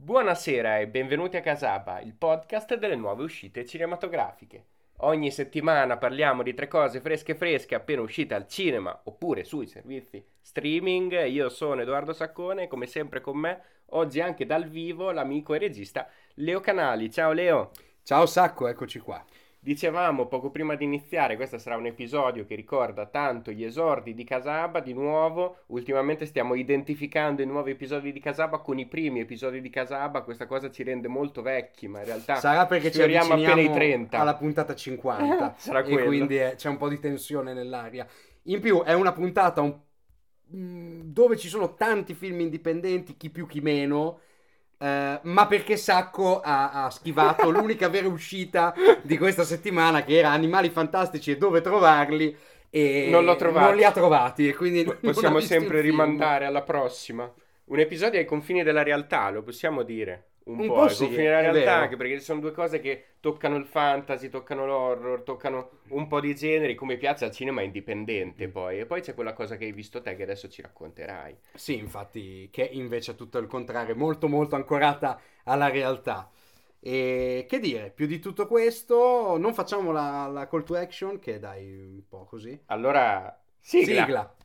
Buonasera e benvenuti a Casaba, il podcast delle nuove uscite cinematografiche. Ogni settimana parliamo di tre cose fresche fresche appena uscite al cinema oppure sui servizi streaming. Io sono Edoardo Saccone e come sempre con me, oggi anche dal vivo, l'amico e regista Leo Canali. Ciao Leo! Ciao Sacco, eccoci qua. Dicevamo poco prima di iniziare, questo sarà un episodio che ricorda tanto gli esordi di Casaba, di nuovo, ultimamente stiamo identificando i nuovi episodi di Casaba con i primi episodi di Casaba, questa cosa ci rende molto vecchi, ma in realtà Sarà perché ci sfioriamo appena i avviciniamo 30. alla puntata 50 Sarà e quello. quindi c'è un po' di tensione nell'aria. In più è una puntata dove ci sono tanti film indipendenti, chi più chi meno, ma perché Sacco ha schivato l'unica vera uscita di questa settimana, che era Animali Fantastici e dove trovarli, Non l'ho e non li trovato. ha trovati e quindi non ha Possiamo visto il sempre film. rimandare alla prossima. Un episodio ai confini della realtà, lo possiamo dire. Un Un po' po' ai sì, confini della è realtà, anche vero. perché ci sono due cose che toccano il fantasy, toccano l'horror, toccano un po' di generi, come piace al cinema indipendente poi. E poi c'è quella cosa che hai visto te che adesso ci racconterai. Sì, infatti, che invece è tutto il contrario, molto molto ancorata alla realtà. E che dire, più di tutto questo, non facciamo la call to action, che dai un po' così. Allora, sigla! Sigla.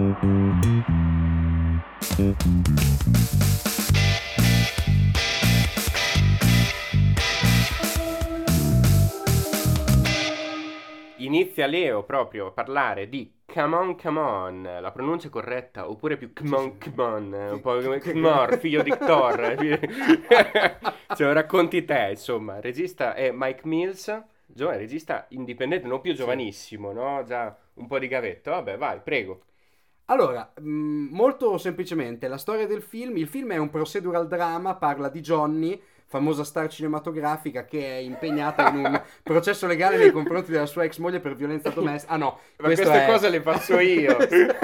Inizia Leo proprio a parlare di Come On, la pronuncia corretta, oppure più Sì, sì. Come On, un po' come Kmor, figlio di Thor. Ce lo racconti te, insomma. Il regista è Mike Mills, giovane regista indipendente, non più Sì. giovanissimo, no? Già un po' di gavetto. Vabbè, vai, prego. Allora, molto semplicemente, la storia del film, il film è un procedural drama, parla di Johnny, famosa star cinematografica che è impegnata in un processo legale nei confronti della sua ex moglie per violenza domestica. Ah no, Ma questo queste è... cose le faccio io.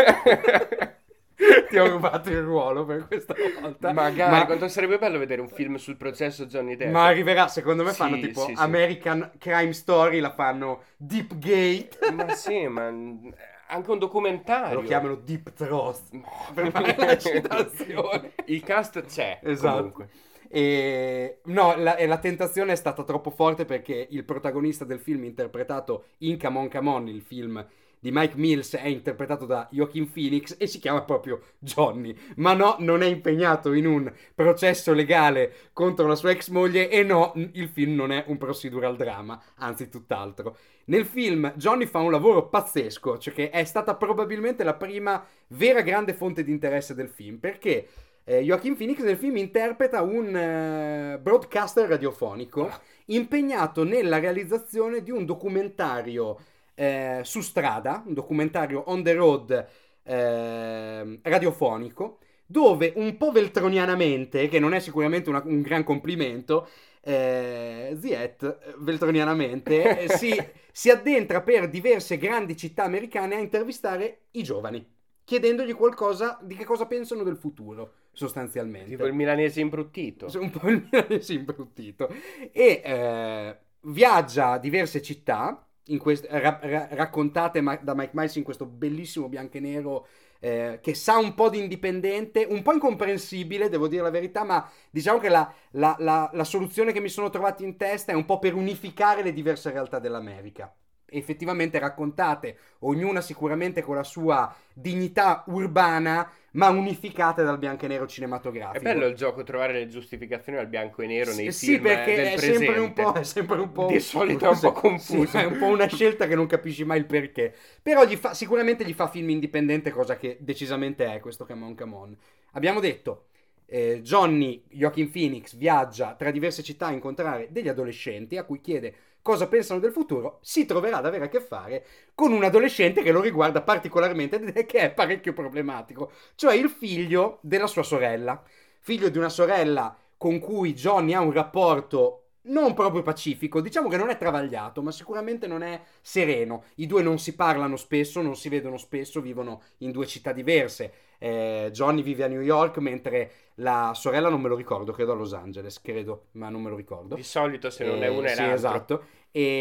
Ti ho rubato il ruolo per questa volta, Magari, quanto sarebbe bello vedere un film sul processo Johnny Depp. ma arriverà, secondo me fanno Sì, tipo sì, sì. American Crime Story, la fanno Deep Gate, Ma sì, ma anche un lo documentario. chiamano Deep Throat per fare la citazione. Il cast c'è, Esatto. comunque. E no, la tentazione è stata troppo forte perché il protagonista del film interpretato in Come On, il film di Mike Mills, è interpretato da Joaquin Phoenix e si chiama proprio Johnny. Ma no, non è impegnato in un processo legale contro la sua ex moglie e no, il film non è un procedural drama, anzi tutt'altro. Nel film Johnny fa un lavoro pazzesco, cioè che è stata probabilmente la prima vera grande fonte di interesse del film, perché Joaquin Phoenix nel film interpreta un broadcaster radiofonico impegnato nella realizzazione di un documentario su strada, un documentario on the road radiofonico, dove un po' veltronianamente, che non è sicuramente un gran complimento, Ziet, veltronianamente, si addentra per diverse grandi città americane a intervistare i giovani, chiedendogli qualcosa di che cosa pensano del futuro, Tipo il sostanzialmente. milanese imbruttito. Un po' il milanese imbruttito. E viaggia a diverse città, raccontate da Mike Miles in questo bellissimo bianco e nero che sa un po' di indipendente, un po' incomprensibile, devo dire la verità, ma diciamo che la soluzione che mi sono trovati in testa è un po' per unificare le diverse realtà dell'America. Effettivamente raccontate, ognuna sicuramente con la sua dignità urbana, ma unificate dal bianco e nero È bello cinematografico. il gioco trovare le giustificazioni al bianco e nero nei Sì, film perché del presente. è sempre un po', Di solito è un po' sì, confuso. è un po' una scelta che non capisci mai il perché. Però sicuramente gli fa film indipendente, cosa che decisamente è questo Come On. Abbiamo detto, Johnny, Joaquin Phoenix, viaggia tra diverse città a incontrare degli adolescenti a cui chiede cosa pensano del futuro, si troverà ad avere a che fare con un adolescente che lo riguarda particolarmente ed che è parecchio problematico, cioè il figlio della sua sorella. Figlio di una sorella con cui Johnny ha un rapporto non proprio pacifico, diciamo che non è travagliato, ma sicuramente non è sereno. I due non si parlano spesso, non si vedono spesso, vivono in due città diverse. Johnny vive a New York, mentre la sorella non me lo ricordo, credo a Los Angeles, credo, ma non me lo ricordo. Di solito se non è uno è Sì, l'altro. esatto.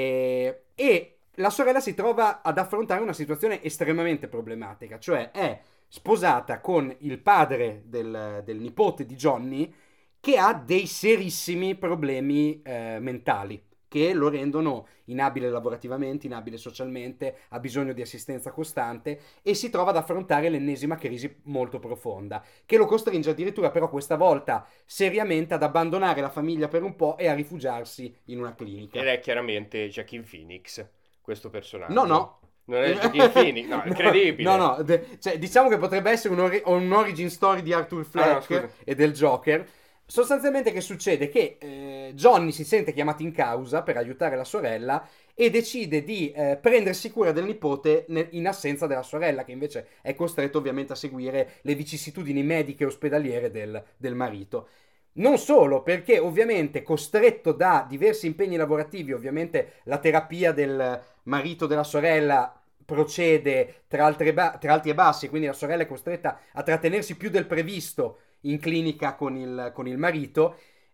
E la sorella si trova ad affrontare una situazione estremamente problematica, cioè è sposata con il padre del nipote di Johnny, che ha dei serissimi problemi mentali, che lo rendono inabile lavorativamente, inabile socialmente, ha bisogno di assistenza costante e si trova ad affrontare l'ennesima crisi molto profonda, che lo costringe addirittura però questa volta seriamente ad abbandonare la famiglia per un po' e a rifugiarsi in una clinica. Ed è chiaramente Joaquin Phoenix, questo No, personaggio. no. Non è Joaquin Phoenix? No, è incredibile. No, cioè, diciamo che potrebbe essere un origin story di Arthur No, Fleck scusa. e del Joker. Sostanzialmente che succede? Che Johnny si sente chiamato in causa per aiutare la sorella e decide di prendersi cura del nipote in assenza della sorella, che invece è costretto ovviamente a seguire le vicissitudini mediche e ospedaliere del marito. Non solo, perché ovviamente costretto da diversi impegni lavorativi, ovviamente la terapia del marito della sorella procede tra alti e bassi, quindi la sorella è costretta a trattenersi più del previsto in clinica con il marito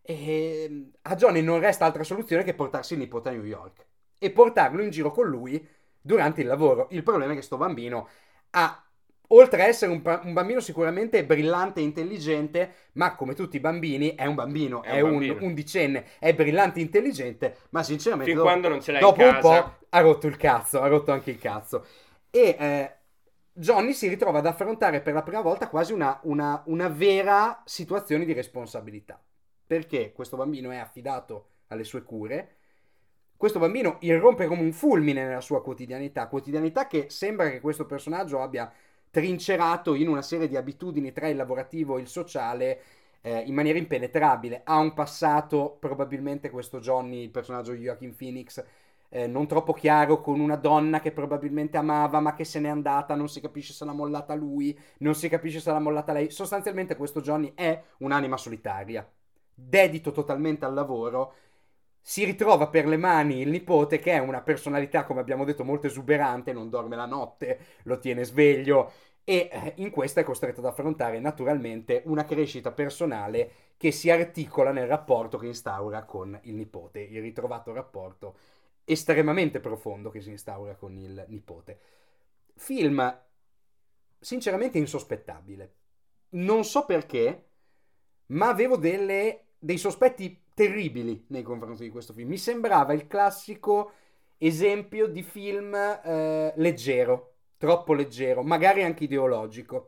e a Johnny non resta altra soluzione che portarsi il nipote a New York e portarlo in giro con lui durante il lavoro. Il problema è che sto bambino ha, oltre a essere un bambino sicuramente brillante e intelligente, ma come tutti i bambini è un bambino, È un bambino. un undicenne, è brillante e intelligente, ma sinceramente Fin quando non ce l'hai in dopo un casa. po' ha rotto il cazzo, ha rotto anche il cazzo. E Johnny si ritrova ad affrontare per la prima volta quasi una vera situazione di responsabilità. Perché questo bambino è affidato alle sue cure. Questo bambino irrompe come un fulmine nella sua quotidianità che sembra che questo personaggio abbia trincerato in una serie di abitudini tra il lavorativo e il sociale in maniera impenetrabile. Ha un passato, probabilmente questo Johnny, il personaggio di Joaquin Phoenix, non troppo chiaro, con una donna che probabilmente amava ma che se n'è andata, non si capisce se l'ha mollata lui, non si capisce se l'ha mollata lei. Sostanzialmente questo Johnny è un'anima solitaria, dedito totalmente al lavoro. Si ritrova per le mani il nipote che è una personalità, come abbiamo detto, molto esuberante, non dorme la notte, lo tiene sveglio e in questa è costretto ad affrontare naturalmente una crescita personale che si articola nel rapporto che instaura con il nipote, il ritrovato rapporto estremamente profondo che si instaura con il nipote. Film sinceramente insospettabile. Non so perché, ma avevo dei sospetti terribili nei confronti di questo film. Mi sembrava il classico esempio di film leggero, troppo leggero, magari anche ideologico.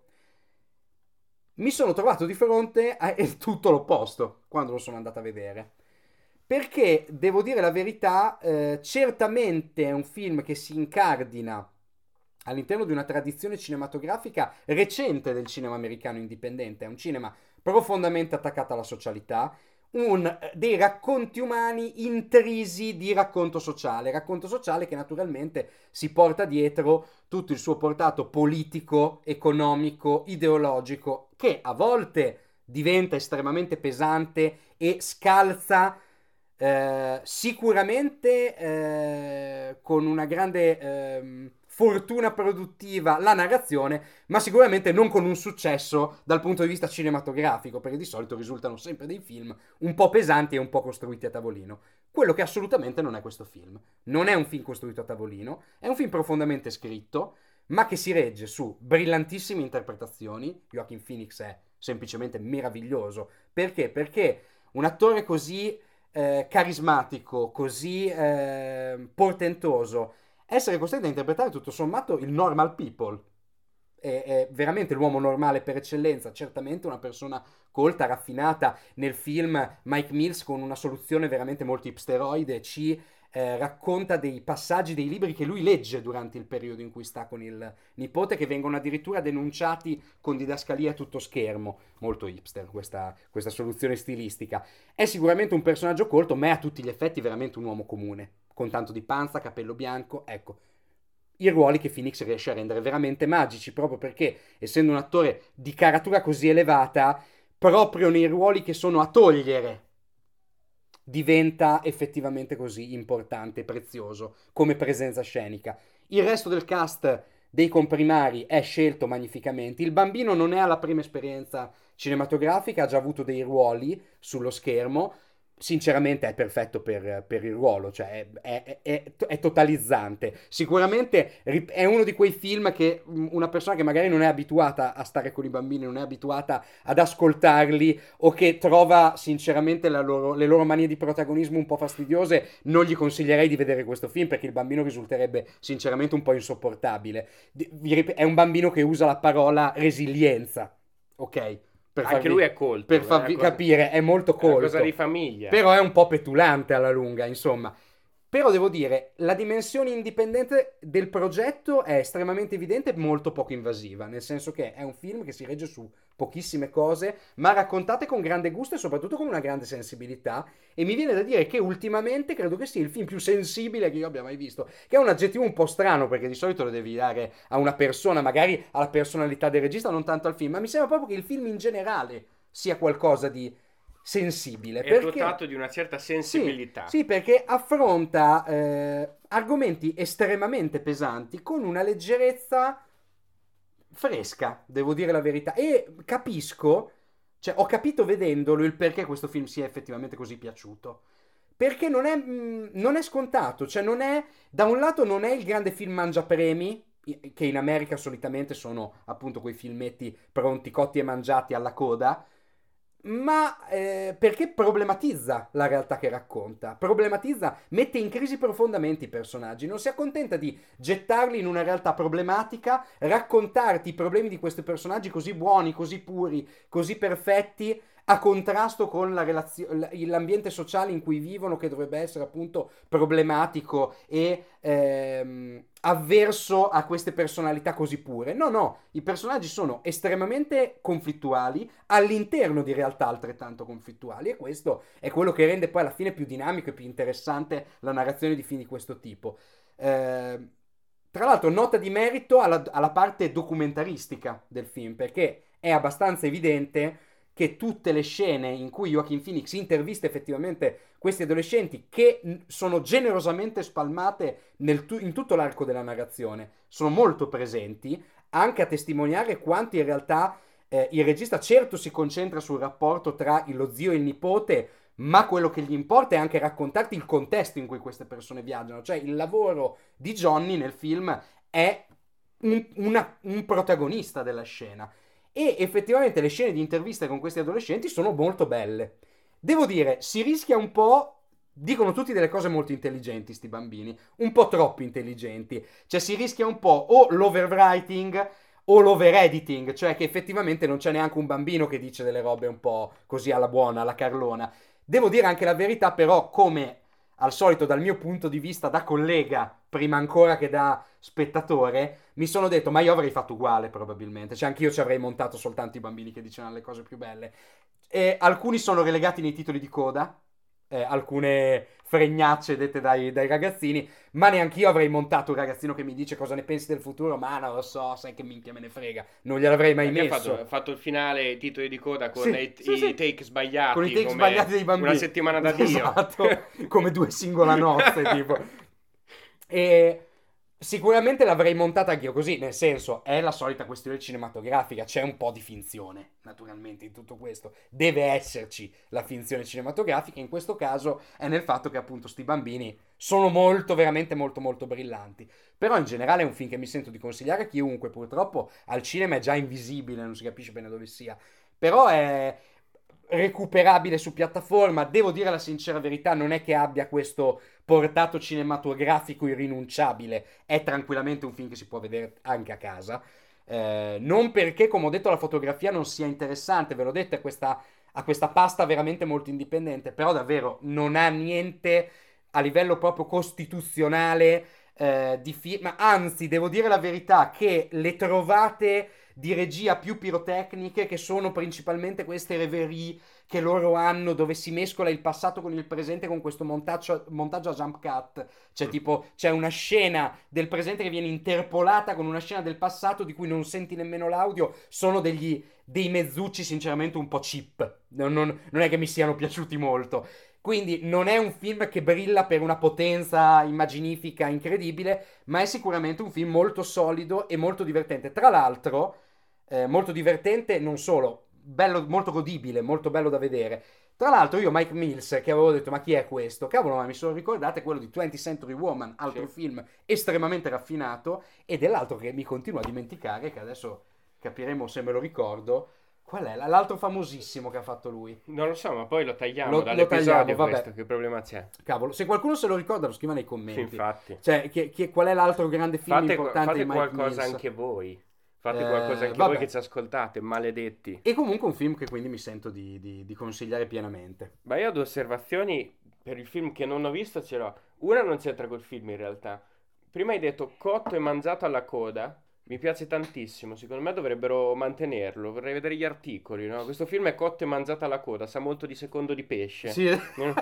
Mi sono trovato di fronte a tutto l'opposto quando lo sono andato a vedere. Perché, devo dire la verità, certamente è un film che si incardina all'interno di una tradizione cinematografica recente del cinema americano indipendente. È un cinema profondamente attaccato alla socialità, dei racconti umani intrisi di racconto sociale che naturalmente si porta dietro tutto il suo portato politico, economico, ideologico, che a volte diventa estremamente pesante e scalza sicuramente con una grande fortuna produttiva la narrazione, ma sicuramente non con un successo dal punto di vista cinematografico, perché di solito risultano sempre dei film un po' pesanti e un po' costruiti a tavolino. Quello che assolutamente non è questo film. Non è un film costruito a tavolino, è un film profondamente scritto, ma che si regge su brillantissime interpretazioni. Joaquin Phoenix è semplicemente meraviglioso. Perché? Perché un attore così carismatico, così portentoso, essere costretto a interpretare tutto sommato il normal people. È veramente l'uomo normale per eccellenza, certamente una persona colta, raffinata. Nel film Mike Mills, con una soluzione veramente molto hipsteroide, ci racconta dei passaggi dei libri che lui legge durante il periodo in cui sta con il nipote, che vengono addirittura denunciati con didascalia a tutto schermo. Molto hipster questa soluzione stilistica. È sicuramente un personaggio colto, ma è a tutti gli effetti veramente un uomo comune, con tanto di panza, capello bianco, ecco. I ruoli che Phoenix riesce a rendere veramente magici, proprio perché, essendo un attore di caratura così elevata, proprio nei ruoli che sono a togliere diventa effettivamente così importante e prezioso come presenza scenica. Il resto del cast dei comprimari è scelto magnificamente. Il bambino non è alla prima esperienza cinematografica, ha già avuto dei ruoli sullo schermo. sinceramente è perfetto per il ruolo, cioè è totalizzante. Sicuramente è uno di quei film che una persona che magari non è abituata a stare con i bambini, non è abituata ad ascoltarli o che trova sinceramente le loro manie di protagonismo un po' fastidiose, non gli consiglierei di vedere questo film perché il bambino risulterebbe sinceramente un po' insopportabile. È un bambino che usa la parola resilienza, ok? Anche lui è colto, Per è una farvi cosa, capire, è molto è una cosa di colto, famiglia. però è un po' petulante alla lunga, insomma. Però devo dire, la dimensione indipendente del progetto è estremamente evidente e molto poco invasiva, nel senso che è un film che si regge su pochissime cose, ma raccontate con grande gusto e soprattutto con una grande sensibilità. E mi viene da dire che ultimamente credo che sia il film più sensibile che io abbia mai visto, che è un aggettivo un po' strano perché di solito lo devi dare a una persona, magari alla personalità del regista, non tanto al film, ma mi sembra proprio che il film in generale sia qualcosa di sensibile, È perché dotato di una certa sì, sensibilità. sì, perché affronta argomenti estremamente pesanti con una leggerezza fresca, devo dire la verità. E capisco, cioè ho capito vedendolo il perché questo film sia effettivamente così piaciuto. Perché non è scontato, cioè non è, da un lato non è il grande film mangiapremi, che in America solitamente sono appunto quei filmetti pronti, cotti e mangiati alla coda, ma perché problematizza la realtà che racconta, problematizza, mette in crisi profondamente i personaggi, non si accontenta di gettarli in una realtà problematica, raccontarti i problemi di questi personaggi così buoni, così puri, così perfetti, a contrasto con l'ambiente sociale in cui vivono, che dovrebbe essere appunto problematico e avverso a queste personalità così pure. No, no, i personaggi sono estremamente conflittuali all'interno di realtà altrettanto conflittuali e questo è quello che rende poi alla fine più dinamico e più interessante la narrazione di film di questo tipo. Eh, Tra l'altro, nota di merito alla parte documentaristica del film, perché è abbastanza evidente che tutte le scene in cui Joaquin Phoenix intervista effettivamente questi adolescenti, che sono generosamente spalmate in tutto l'arco della narrazione, sono molto presenti, anche a testimoniare quanto in realtà il regista certo si concentra sul rapporto tra lo zio e il nipote, ma quello che gli importa è anche raccontarti il contesto in cui queste persone viaggiano. Cioè il lavoro di Johnny nel film è un protagonista della scena. E effettivamente le scene di intervista con questi adolescenti sono molto belle. Devo dire, si rischia un po'. Dicono tutti delle cose molto intelligenti, sti bambini, un po' troppo intelligenti. Cioè si rischia un po' o l'overwriting o l'overediting, cioè che effettivamente non c'è neanche un bambino che dice delle robe un po' così alla buona, alla Carlona. Devo dire anche la verità, però, come al solito dal mio punto di vista da collega, prima ancora che da spettatore, mi sono detto, ma io avrei fatto uguale probabilmente, cioè anch'io ci avrei montato soltanto i bambini che dicevano le cose più belle. E alcuni sono relegati nei titoli di coda, alcune fregnacce dette dai ragazzini, ma neanch'io avrei montato un ragazzino che mi dice cosa ne pensi del futuro, ma non lo so, sai che minchia me ne frega, non gliel'avrei mai Perché ha messo. fatto il finale, i titoli di coda con Sì, sì, i sì. take Con i sbagliati, take sbagliati come dei una bambini. settimana da Dio. Esatto, come due singola nozze, tipo. E sicuramente l'avrei montata anch'io così, nel senso, è la solita questione cinematografica, c'è un po' di finzione, naturalmente, in tutto questo. Deve esserci la finzione cinematografica, in questo caso è nel fatto che appunto sti bambini sono molto, veramente molto, molto brillanti. Però in generale è un film che mi sento di consigliare a chiunque, purtroppo al cinema è già invisibile, non si capisce bene dove sia. Però è recuperabile su piattaforma, devo dire la sincera verità, non è che abbia questo portato cinematografico irrinunciabile, è tranquillamente un film che si può vedere anche a casa. Non perché, come ho detto, la fotografia non sia interessante, ve l'ho detto, ha questa pasta veramente molto indipendente, però davvero non ha niente a livello proprio costituzionale di film, anzi, devo dire la verità, che le trovate di regia più pirotecniche, che sono principalmente queste reverie che loro hanno, dove si mescola il passato con il presente con questo montaggio a jump cut. Cioè, tipo, c'è una scena del presente che viene interpolata con una scena del passato di cui non senti nemmeno l'audio. Sono dei mezzucci, sinceramente, un po' cheap. Non è che mi siano piaciuti molto. Quindi non è un film che brilla per una potenza immaginifica incredibile, ma è sicuramente un film molto solido e molto divertente. Tra l'altro, molto divertente non solo, bello, molto godibile, molto bello da vedere. Tra l'altro io Mike Mills, che avevo detto ma chi è questo? Cavolo, ma mi sono ricordato è quello di 20th Century Woman, altro Sì. film estremamente raffinato, e dell'altro che mi continuo a dimenticare, che adesso capiremo se me lo ricordo. Qual è? L'altro famosissimo che ha fatto lui. Non lo so, ma poi lo tagliamo Lo tagliamo, dall'episodio vabbè. questo, che problema c'è? Cavolo, se qualcuno se lo ricorda lo scriva nei commenti. Infatti. Cioè, qual è l'altro grande film importante Fate di Mike qualcosa Mills? anche voi. Fate qualcosa anche voi che Vabbè. ci ascoltate, maledetti. E comunque un film che quindi mi sento di consigliare pienamente. Ma io ho due osservazioni per il film che non ho visto, ce l'ho. Una non c'entra col film in realtà. Prima hai detto cotto e mangiato alla coda. Mi piace tantissimo, secondo me dovrebbero mantenerlo. Vorrei vedere gli articoli, no? Questo film è cotto e mangiato alla coda, sa molto di secondo di pesce. Sì,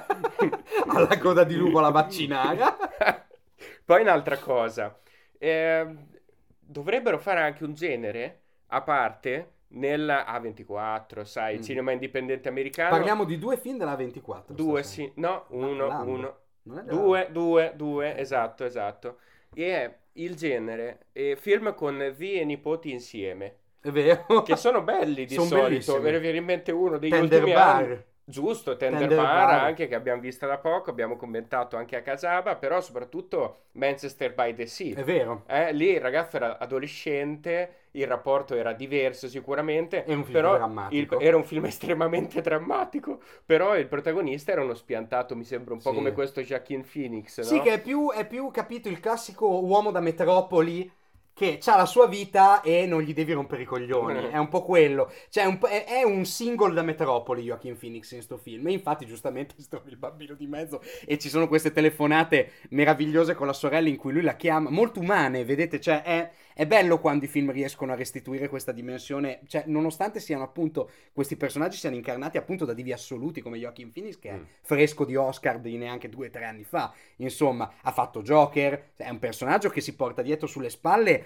alla coda di lupo alla vaccinara. Poi un'altra cosa. Eh, Dovrebbero fare anche un genere a parte nel A24, sai, Mm. cinema indipendente americano. Parliamo di due film della 24. Due, stasera. sì, no, Ma uno, Lamb. uno. Non è della... Due, esatto, esatto. E è il genere film con zii e nipoti insieme, È vero. che sono belli di Sono solito. bellissimi. Mi viene in mente uno degli Tender ultimi Bar. anni. Giusto, Tender Tender Bar Bar. anche, che abbiamo visto da poco, abbiamo commentato anche a Casaba, però soprattutto Manchester by the Sea. È vero. Lì il ragazzo era adolescente, il rapporto era diverso sicuramente, È un film però drammatico. era un film estremamente drammatico, però il protagonista era uno spiantato, mi sembra un po' Sì. come questo Joaquin Phoenix, Sì, no? che è più capito il classico uomo da metropoli che ha la sua vita e non gli devi rompere i coglioni. È un po' quello. Cioè, è un single da metropoli Joaquin Phoenix in sto film. E infatti, giustamente, si trova il bambino di mezzo e ci sono queste telefonate meravigliose con la sorella in cui lui la chiama. Molto umane, vedete? Cioè, è bello quando i film riescono a restituire questa dimensione. Cioè, nonostante siano appunto questi personaggi siano incarnati appunto da divi assoluti come Joaquin Phoenix, che è fresco di Oscar di neanche 2 o 3 anni fa. Insomma, ha fatto Joker. È un personaggio che si porta dietro sulle spalle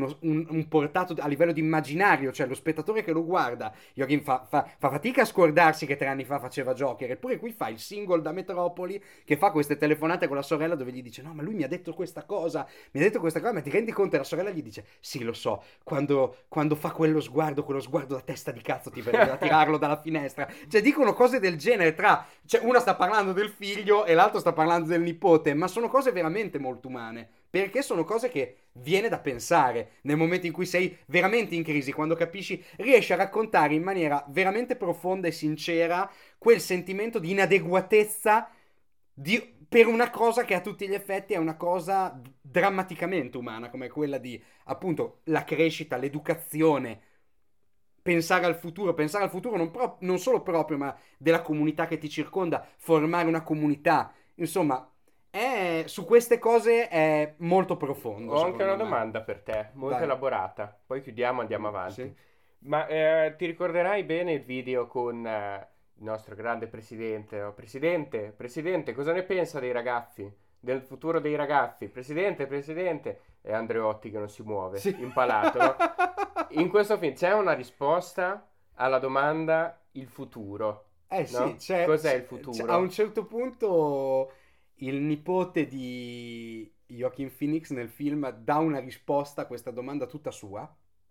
un portato a livello di immaginario, cioè lo spettatore che lo guarda, Joaquin fa fatica a scordarsi che 3 anni fa faceva Joker, eppure qui fa il single da Metropoli che fa queste telefonate con la sorella dove gli dice no ma lui mi ha detto questa cosa, ma ti rendi conto? E la sorella gli dice sì lo so, quando fa quello sguardo da testa di cazzo ti verrebbe da tirarlo dalla finestra, cioè dicono cose del genere cioè una sta parlando del figlio e l'altro sta parlando del nipote, ma sono cose veramente molto umane. Perché sono cose che viene da pensare nel momento in cui sei veramente in crisi, quando capisci, riesci a raccontare in maniera veramente profonda e sincera quel sentimento di inadeguatezza per una cosa che a tutti gli effetti è una cosa drammaticamente umana, come quella di appunto la crescita, l'educazione, pensare al futuro non solo proprio, ma della comunità che ti circonda, formare una comunità, insomma. Su queste cose è molto profondo. Ho anche una secondo me. domanda per te, molto Vai. elaborata. Poi chiudiamo, andiamo avanti. Sì. Ma ti ricorderai bene il video con il nostro grande presidente? Oh, presidente, cosa ne pensa dei ragazzi? Del futuro dei ragazzi? Presidente. E Andreotti che non si muove, Sì. impalato, no? In questo film c'è una risposta alla domanda il futuro. Sì, no? Cos'è il futuro? A un certo punto il nipote di Joaquin Phoenix nel film dà una risposta a questa domanda tutta sua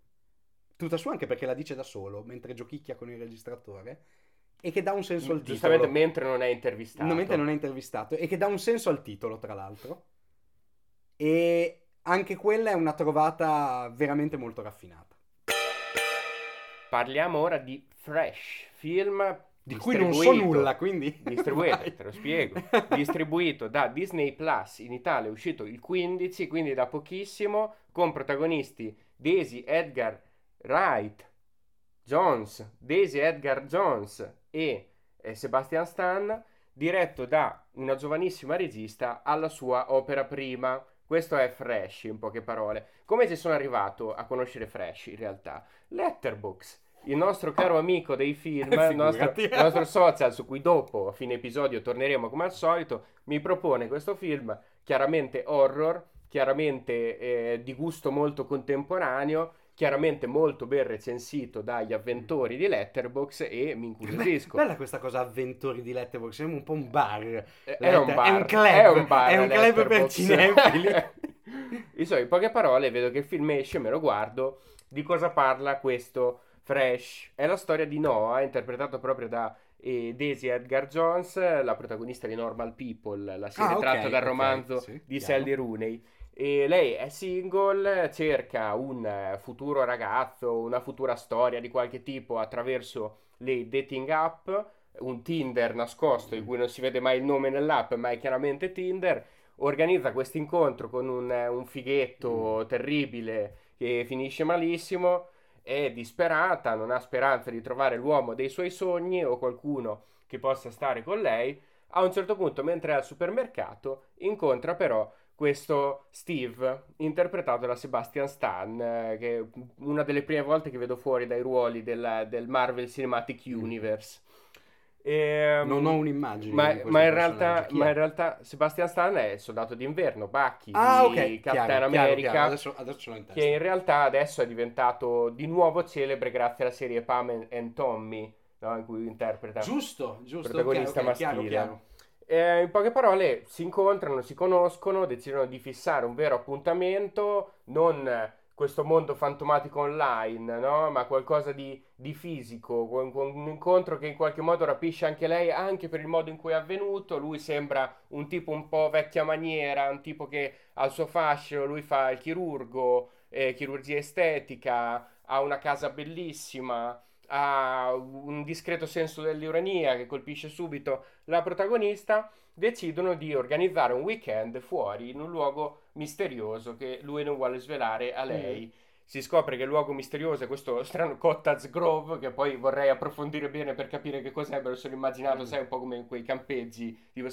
anche perché la dice da solo mentre giochicchia con il registratore e che dà un senso al titolo. Giustamente mentre non è intervistato. Mentre non è intervistato e che dà un senso al titolo, tra l'altro. E anche quella è una trovata veramente molto raffinata. Parliamo ora di Fresh, film di cui non so nulla, quindi distribuito, te lo spiego. Distribuito da Disney Plus, in Italia è uscito il 15, quindi da pochissimo, con protagonisti Daisy Edgar Jones e Sebastian Stan, diretto da una giovanissima regista alla sua opera prima. Questo è Fresh, in poche parole. Come ci sono arrivato a conoscere Fresh, in realtà? Letterboxd, il nostro caro amico dei film, il nostro social, su cui dopo, a fine episodio, torneremo come al solito, mi propone questo film, chiaramente horror, chiaramente di gusto molto contemporaneo, chiaramente molto ben recensito dagli avventori di Letterboxd e mi incuriosisco. Bella questa cosa, avventori di Letterboxd, sembra un po' un bar. È un bar. È un club per cinefili. Insomma, in poche parole, vedo che il film esce, me lo guardo. Di cosa parla questo Fresh? È la storia di Noah, interpretato proprio da e Daisy Edgar Jones, la protagonista di Normal People, la serie Ah, tratta dal ok, romanzo sì, di chiaro. Sally Rooney. E lei è single, cerca un futuro ragazzo, una futura storia di qualche tipo attraverso le dating app, un Tinder nascosto di Mm. cui non si vede mai il nome nell'app, ma è chiaramente Tinder. Organizza questo incontro con un Mm. fighetto terribile che finisce malissimo. È disperata, non ha speranza di trovare l'uomo dei suoi sogni o qualcuno che possa stare con lei. A un certo punto, mentre è al supermercato, incontra però questo Steve, interpretato da Sebastian Stan, che è una delle prime volte che vedo fuori dai ruoli del Marvel Cinematic Mm. Universe. Non ho Ehm, un'immagine ma, di ma questo in personaggio. realtà, Chi ma in è? realtà Sebastian Stan è il soldato d'inverno, Bucky Ah, di ok, Captain chiaro, chiaro, chiaro. America, Adesso ce l'ho in che in testa. realtà adesso è diventato di nuovo celebre grazie alla serie Pam and Tommy, no? In cui interpreta il Giusto, giusto, ok, protagonista ok, chiaro, maschile. chiaro. In poche parole, si incontrano, si conoscono, decidono di fissare un vero appuntamento, non questo mondo fantomatico online, no? Ma qualcosa di fisico, con un incontro che in qualche modo rapisce anche lei, anche per il modo in cui è avvenuto. Lui sembra un tipo un po' vecchia maniera, un tipo che ha il suo fascino, lui fa il chirurgo, chirurgia estetica, ha una casa bellissima, ha un discreto senso dell'ironia che colpisce subito la protagonista. Decidono di organizzare un weekend fuori in un luogo misterioso che lui non vuole svelare a Mm. lei. Si scopre che il luogo misterioso è questo strano Cottage Grove, che poi vorrei approfondire bene per capire che cos'è. Me lo sono immaginato, Mm. sai, un po' come in quei campeggi, tipo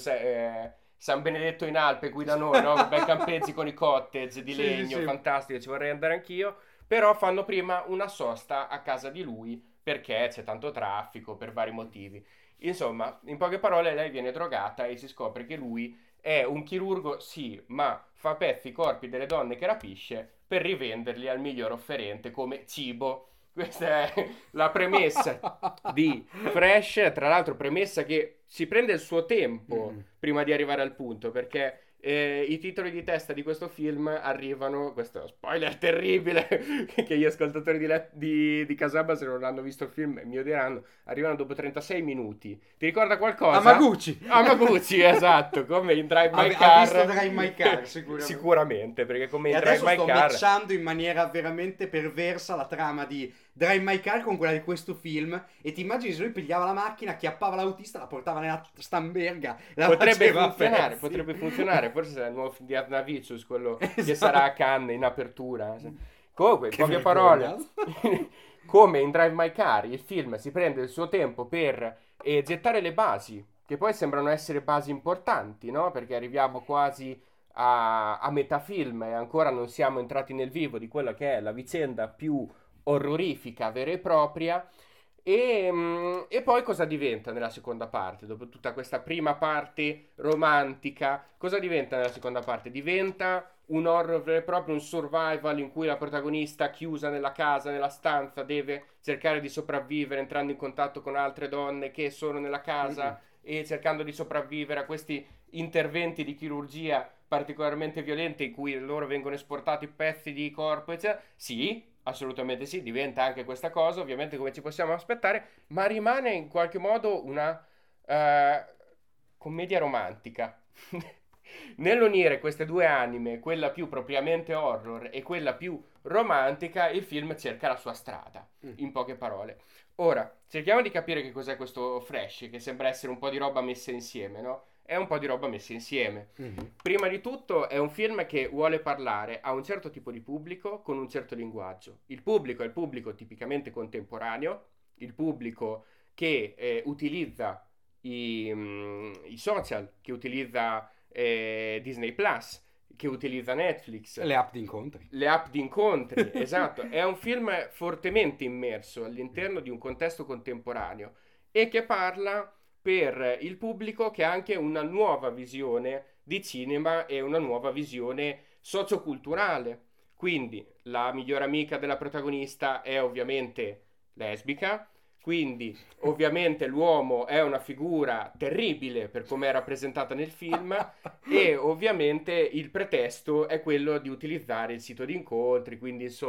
San Benedetto in Alpe qui da noi, no? Bei campeggi con i cottage di Sì, sì, legno, sì. fantastico, ci vorrei andare anch'io. Però fanno prima una sosta a casa di lui perché c'è tanto traffico per vari motivi. Insomma, in poche parole, lei viene drogata e si scopre che lui è un chirurgo, sì, ma fa pezzi i corpi delle donne che rapisce per rivenderli al miglior offerente come cibo. Questa è la premessa di Fresh, tra l'altro premessa che si prende il suo tempo Mm. prima di arrivare al punto, perché i titoli di testa di questo film arrivano, questo è uno spoiler terribile, che gli ascoltatori di Casabba se non hanno visto il film mi odieranno, arrivano dopo 36 minuti. Ti ricorda qualcosa? Amaguchi! Amaguchi, esatto, come in Drive My Ha visto Car. Drive My Car, sicuramente. Sicuramente, perché come E in Drive adesso My sto Car. matchando in maniera veramente perversa la trama di Drive My Car con quella di questo film. E ti immagini se lui pigliava la macchina, chiappava l'autista, la portava nella Stamberga, la faceva a pezzi. Potrebbe funzionare, forse sarà il nuovo film di Arnavicius, quello che sarà a Esatto. Cannes in apertura. Comunque, in Che poche vergogna. parole, come in Drive My Car, il film si prende il suo tempo per gettare le basi, che poi sembrano essere basi importanti, no? Perché arriviamo quasi a metà film e ancora non siamo entrati nel vivo di quella che è la vicenda più orrorifica, vera e propria. E poi cosa diventa nella seconda parte? Dopo tutta questa prima parte romantica, cosa diventa nella seconda parte? Diventa un horror vero e proprio, un survival in cui la protagonista chiusa nella casa, nella stanza, deve cercare di sopravvivere entrando in contatto con altre donne che sono nella Mm-mm. casa e cercando di sopravvivere a questi interventi di chirurgia particolarmente violenti in cui loro vengono esportati pezzi di corpo, eccetera. Sì, assolutamente sì, diventa anche questa cosa, ovviamente come ci possiamo aspettare, ma rimane in qualche modo una eh, commedia romantica. Nell'unire queste due anime, quella più propriamente horror e quella più romantica, il film cerca la sua strada, Mm. in poche parole. Ora, cerchiamo di capire che cos'è questo Fresh, che sembra essere un po' di roba messa insieme, no? È un po' di roba messa insieme. Mhm. Prima di tutto è un film che vuole parlare a un certo tipo di pubblico con un certo linguaggio. Il pubblico è il pubblico tipicamente contemporaneo, il pubblico che utilizza i social, che utilizza Disney Plus, che utilizza Netflix, Le app di incontri. le app di incontri, esatto. È un film fortemente immerso all'interno di un contesto contemporaneo e che parla per il pubblico che ha anche una nuova visione di cinema e una nuova visione socioculturale. Quindi la migliore amica della protagonista è ovviamente lesbica, quindi ovviamente l'uomo è una figura terribile per come è rappresentata nel film e ovviamente il pretesto è quello di utilizzare il sito di incontri, quindi insomma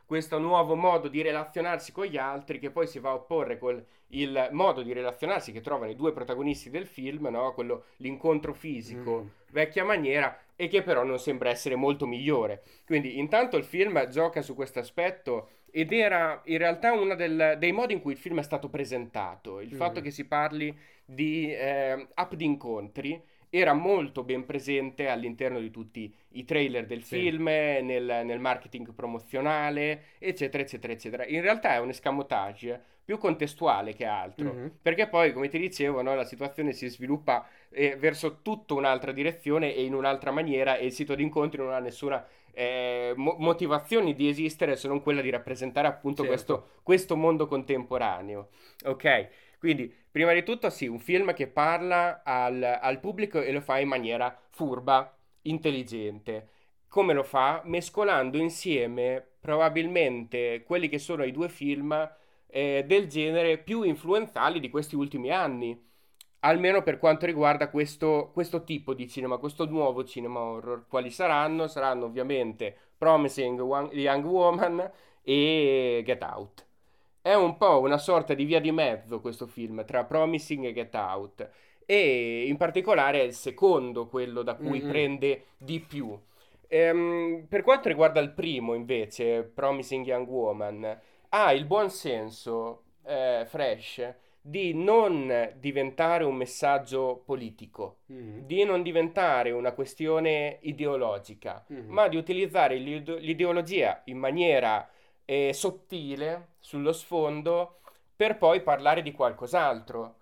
questo nuovo modo di relazionarsi con gli altri che poi si va a opporre con il modo di relazionarsi che trovano i due protagonisti del film, no? L'incontro fisico vecchia maniera e che però non sembra essere molto migliore. Quindi intanto il film gioca su questo aspetto ed era in realtà uno dei modi in cui il film è stato presentato, il fatto che si parli di app di incontri era molto ben presente all'interno di tutti i trailer del Sì. film, nel marketing promozionale, eccetera, eccetera, eccetera. In realtà è un escamotage più contestuale che altro, perché poi, come ti dicevo, no, la situazione si sviluppa verso tutta un'altra direzione e in un'altra maniera e il sito di incontri non ha nessuna motivazione di esistere se non quella di rappresentare appunto Certo. questo mondo contemporaneo. Ok? Quindi, prima di tutto, sì, un film che parla al pubblico e lo fa in maniera furba, intelligente. Come lo fa? Mescolando insieme probabilmente quelli che sono i due film del genere più influenzali di questi ultimi anni. Almeno per quanto riguarda questo tipo di cinema, questo nuovo cinema horror. Quali saranno? Saranno ovviamente Promising Young Woman e Get Out. È un po' una sorta di via di mezzo questo film tra Promising e Get Out e in particolare è il secondo quello da cui Mm-mm. prende di più. Per quanto riguarda il primo invece, Promising Young Woman, ha il buon senso, Fresh, di non diventare un messaggio politico, Mm-mm. di non diventare una questione ideologica, Mm-mm. ma di utilizzare l'ideologia in maniera sottile sullo sfondo per poi parlare di qualcos'altro.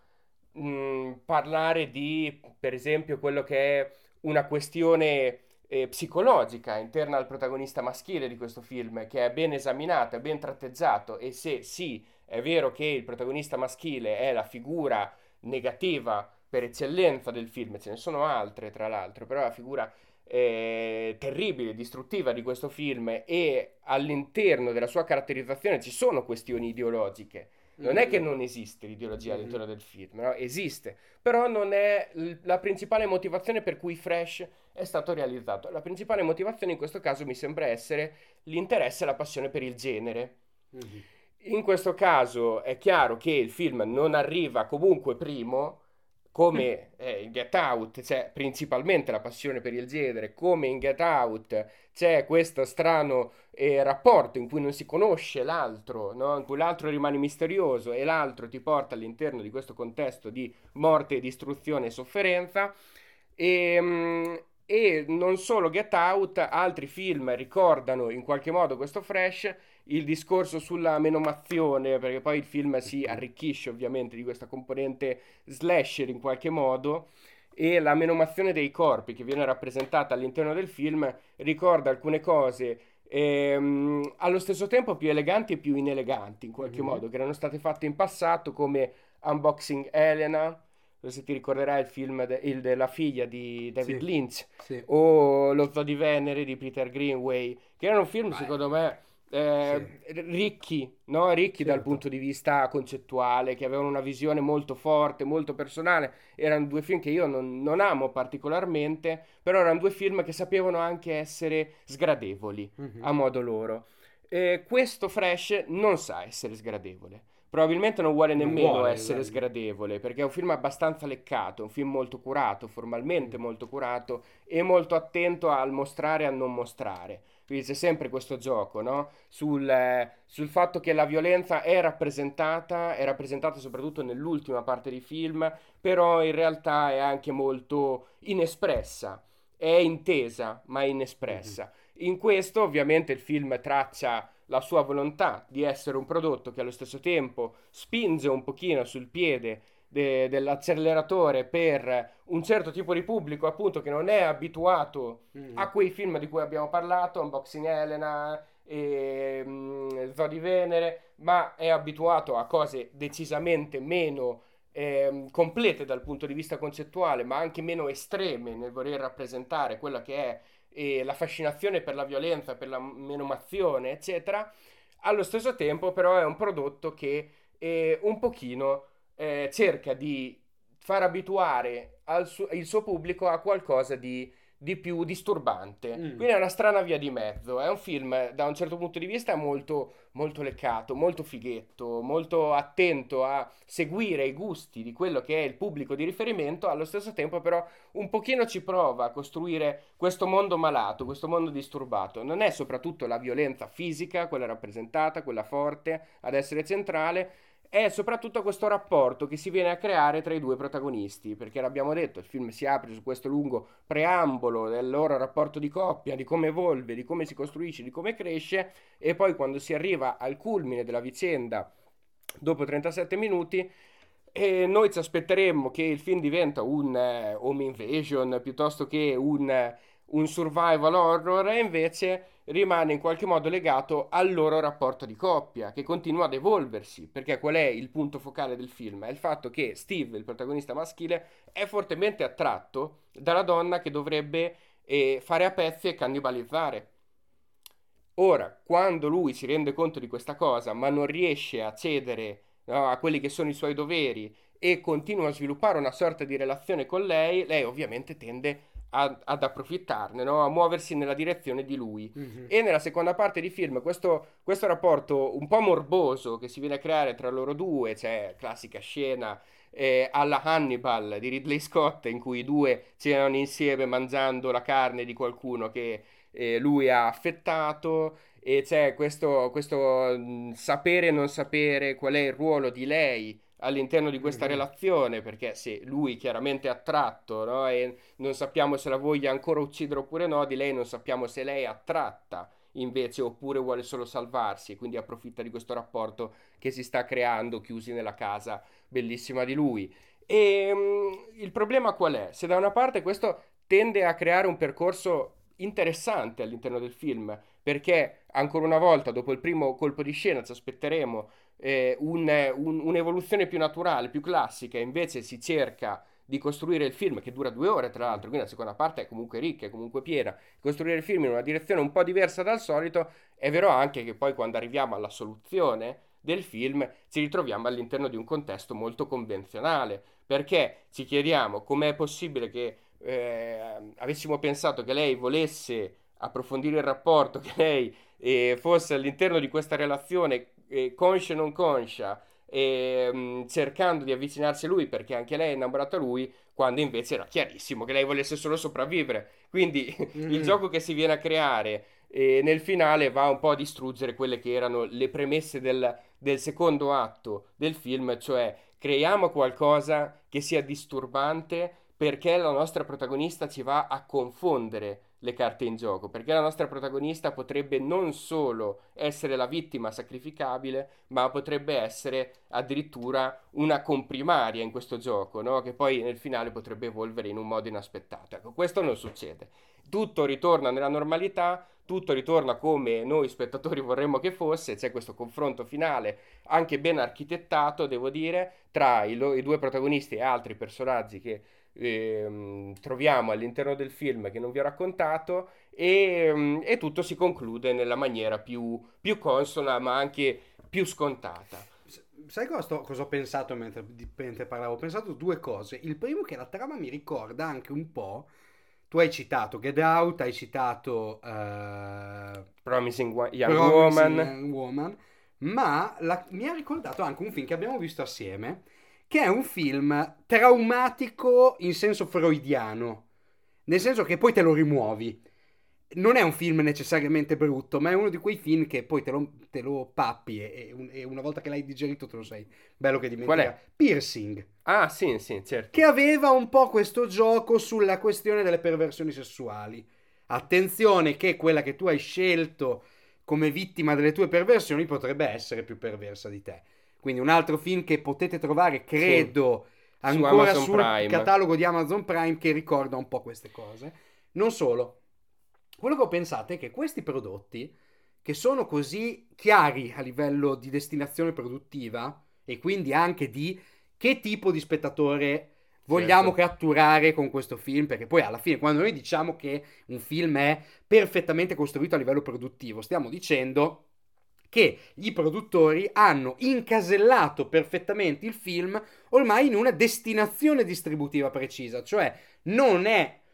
Parlare di, per esempio, quello che è una questione psicologica interna al protagonista maschile di questo film, che è ben esaminato, è ben tratteggiato e se sì, è vero che il protagonista maschile è la figura negativa per eccellenza del film, ce ne sono altre tra l'altro, però la figura terribile, distruttiva di questo film e all'interno della sua caratterizzazione ci sono questioni ideologiche. Non è che Mm-mm. non esiste l'ideologia Mm-mm. all'interno del film, no? Esiste, però non è la principale motivazione per cui Fresh è stato realizzato. La principale motivazione in questo caso mi sembra essere l'interesse e la passione per il genere. Mm-mm. In questo caso è chiaro che il film non arriva comunque primo, come in Get Out c'è principalmente la passione per il genere, come in Get Out c'è questo strano rapporto in cui non si conosce l'altro, no? In cui l'altro rimane misterioso e l'altro ti porta all'interno di questo contesto di morte, distruzione e sofferenza. E non solo Get Out, altri film ricordano in qualche modo questo Fresh il discorso sulla menomazione, perché poi il film si arricchisce ovviamente di questa componente slasher in qualche modo, e la menomazione dei corpi che viene rappresentata all'interno del film ricorda alcune cose allo stesso tempo più eleganti e più ineleganti in qualche Mm-mm. modo, che erano state fatte in passato come Unboxing Helena, non so se ti ricorderai il film della figlia di David Sì, Lynch, sì. o Lo Zoo di Venere di Peter Greenway, che erano film Beh, secondo me sì, ricchi, no? Ricchi dal certo. punto di vista concettuale, che avevano una visione molto forte, molto personale. Erano due film che io non amo particolarmente, però erano due film che sapevano anche essere sgradevoli Mhm. a modo loro. Questo Fresh non sa essere sgradevole. Probabilmente non vuole Non nemmeno vuole, essere esatto. sgradevole, perché è un film abbastanza leccato, un film molto curato, Mm. formalmente molto curato e molto attento al mostrare e al non mostrare. Quindi c'è sempre questo gioco, no? Sul fatto che la violenza è rappresentata soprattutto nell'ultima parte di film, però in realtà è anche molto inespressa, è intesa ma Mhm. inespressa. In questo ovviamente il film traccia la sua volontà di essere un prodotto che allo stesso tempo spinge un pochino sul piede dell'acceleratore per un certo tipo di pubblico appunto che non è abituato a Mhm. quei film di cui abbiamo parlato, Unboxing Helena e Zoo di Venere, ma è abituato a cose decisamente meno complete dal punto di vista concettuale, ma anche meno estreme nel voler rappresentare quella che è la fascinazione per la violenza, per la menomazione, eccetera. Allo stesso tempo, però, è un prodotto che un pochino cerca di far abituare il suo pubblico a qualcosa di di più disturbante. Mm. Quindi è una strana via di mezzo. È un film, da un certo punto di vista, molto, molto leccato, molto fighetto, molto attento a seguire i gusti di quello che è il pubblico di riferimento, allo stesso tempo però un pochino ci prova a costruire questo mondo malato, questo mondo disturbato. Non è soprattutto la violenza fisica, quella rappresentata, quella forte, ad essere centrale, è soprattutto questo rapporto che si viene a creare tra i due protagonisti, perché l'abbiamo detto, il film si apre su questo lungo preambolo del loro rapporto di coppia, di come evolve, di come si costruisce, di come cresce, e poi quando si arriva al culmine della vicenda, dopo 37 minuti, noi ci aspetteremmo che il film diventa un home invasion piuttosto che un survival horror, e invece rimane in qualche modo legato al loro rapporto di coppia, che continua ad evolversi, perché qual è il punto focale del film? È il fatto che Steve, il protagonista maschile, è fortemente attratto dalla donna che dovrebbe fare a pezzi e cannibalizzare. Ora, quando lui si rende conto di questa cosa, ma non riesce a cedere, no, a quelli che sono i suoi doveri e continua a sviluppare una sorta di relazione con lei, lei ovviamente tende ad approfittarne, no? A muoversi nella direzione di lui. Mhm. E nella seconda parte di film questo rapporto un po' morboso che si viene a creare tra loro due, c'è classica scena alla Hannibal di Ridley Scott in cui i due cenano insieme mangiando la carne di qualcuno che lui ha affettato, e c'è questo sapere e non sapere qual è il ruolo di lei all'interno di questa Mhm. relazione, perché se lui chiaramente è attratto, no, e non sappiamo se la voglia ancora uccidere oppure no, di lei non sappiamo se lei è attratta invece oppure vuole solo salvarsi e quindi approfitta di questo rapporto che si sta creando chiusi nella casa bellissima di lui. E il problema qual è? Se da una parte questo tende a creare un percorso interessante all'interno del film, perché ancora una volta, dopo il primo colpo di scena, ci aspetteremo un'evoluzione più naturale, più classica, invece si cerca di costruire il film, che dura 2 ore tra l'altro, quindi la seconda parte è comunque ricca, è comunque piena, costruire il film in una direzione un po' diversa dal solito. È vero anche che poi quando arriviamo alla soluzione del film ci ritroviamo all'interno di un contesto molto convenzionale, perché ci chiediamo com'è possibile che avessimo pensato che lei volesse approfondire il rapporto, che lei fosse all'interno di questa relazione conscia e non conscia, cercando di avvicinarsi a lui perché anche lei è innamorata di lui, quando invece era chiarissimo che lei volesse solo sopravvivere. Quindi il Mhm. gioco che si viene a creare nel finale va un po' a distruggere quelle che erano le premesse del secondo atto del film, cioè creiamo qualcosa che sia disturbante perché la nostra protagonista ci va a confondere le carte in gioco, perché la nostra protagonista potrebbe non solo essere la vittima sacrificabile, ma potrebbe essere addirittura una comprimaria in questo gioco, no? Che poi nel finale potrebbe evolvere in un modo inaspettato. Ecco, questo non succede. Tutto ritorna nella normalità, tutto ritorna come noi spettatori vorremmo che fosse, c'è questo confronto finale anche ben architettato, devo dire, tra i due protagonisti e altri personaggi che troviamo all'interno del film che non vi ho raccontato, e tutto si conclude nella maniera più consona ma anche più scontata. Sai cosa ho pensato mentre parlavo? Ho pensato due cose. Il primo è che la trama mi ricorda anche un po'. Tu hai citato Get Out, hai citato Young Promising Woman. Young Woman, ma mi ha ricordato anche un film che abbiamo visto assieme, che è un film traumatico in senso freudiano, nel senso che poi te lo rimuovi. Non è un film necessariamente brutto, ma è uno di quei film che poi te lo pappi e una volta che l'hai digerito te lo sai. Bello che Qual dimentica. è? Piercing, Ah, sì, sì, che certo. aveva un po' questo gioco sulla questione delle perversioni sessuali. Attenzione che quella che tu hai scelto come vittima delle tue perversioni potrebbe essere più perversa di te. Quindi un altro film che potete trovare, Sì, credo, su ancora Amazon sul Prime. catalogo di Amazon Prime che ricorda un po' queste cose. Non solo. Quello che ho pensato è che questi prodotti, che sono così chiari a livello di destinazione produttiva e quindi anche di che tipo di spettatore vogliamo Certo. catturare con questo film, perché poi alla fine quando noi diciamo che un film è perfettamente costruito a livello produttivo, stiamo dicendo che i produttori hanno incasellato perfettamente il film ormai in una destinazione distributiva precisa, cioè non è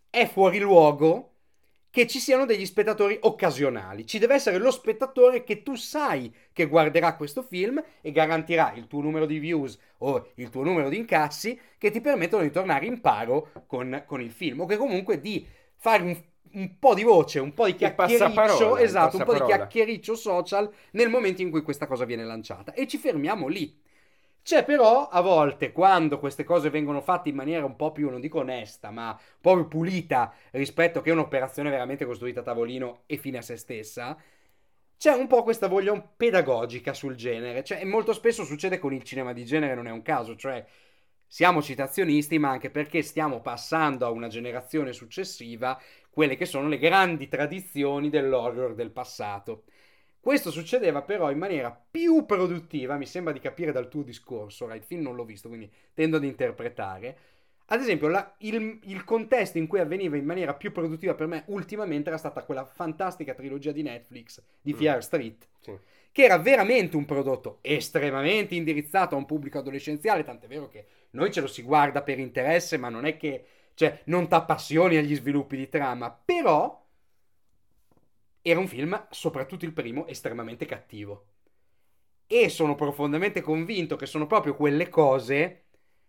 è fuori luogo che ci siano degli spettatori occasionali. Ci deve essere lo spettatore che tu sai che guarderà questo film e garantirà il tuo numero di views o il tuo numero di incassi che ti permettono di tornare in paro con il film, o che comunque di fare un po' di voce, un po' di chiacchiericcio, esatto, un po' di chiacchiericcio social nel momento in cui questa cosa viene lanciata. E ci fermiamo lì. C'è però a volte, quando queste cose vengono fatte in maniera un po' più, non dico onesta, ma un po' più pulita rispetto che un'operazione veramente costruita a tavolino e fine a se stessa, c'è un po' questa voglia pedagogica sul genere. Cioè, e molto spesso succede con il cinema di genere, non è un caso, cioè siamo citazionisti, ma anche perché stiamo passando a una generazione successiva quelle che sono le grandi tradizioni dell'horror del passato. Questo succedeva però in maniera più produttiva, mi sembra di capire dal tuo discorso, ora il film non l'ho visto, quindi tendo ad interpretare. Ad esempio, il contesto in cui avveniva in maniera più produttiva per me ultimamente era stata quella fantastica trilogia di Netflix di Fear Street, Sì. che era veramente un prodotto estremamente indirizzato a un pubblico adolescenziale, tant'è vero che noi ce lo si guarda per interesse, ma non è che, cioè, non t'appassioni agli sviluppi di trama, però era un film, soprattutto il primo, estremamente cattivo. E sono profondamente convinto che sono proprio quelle cose.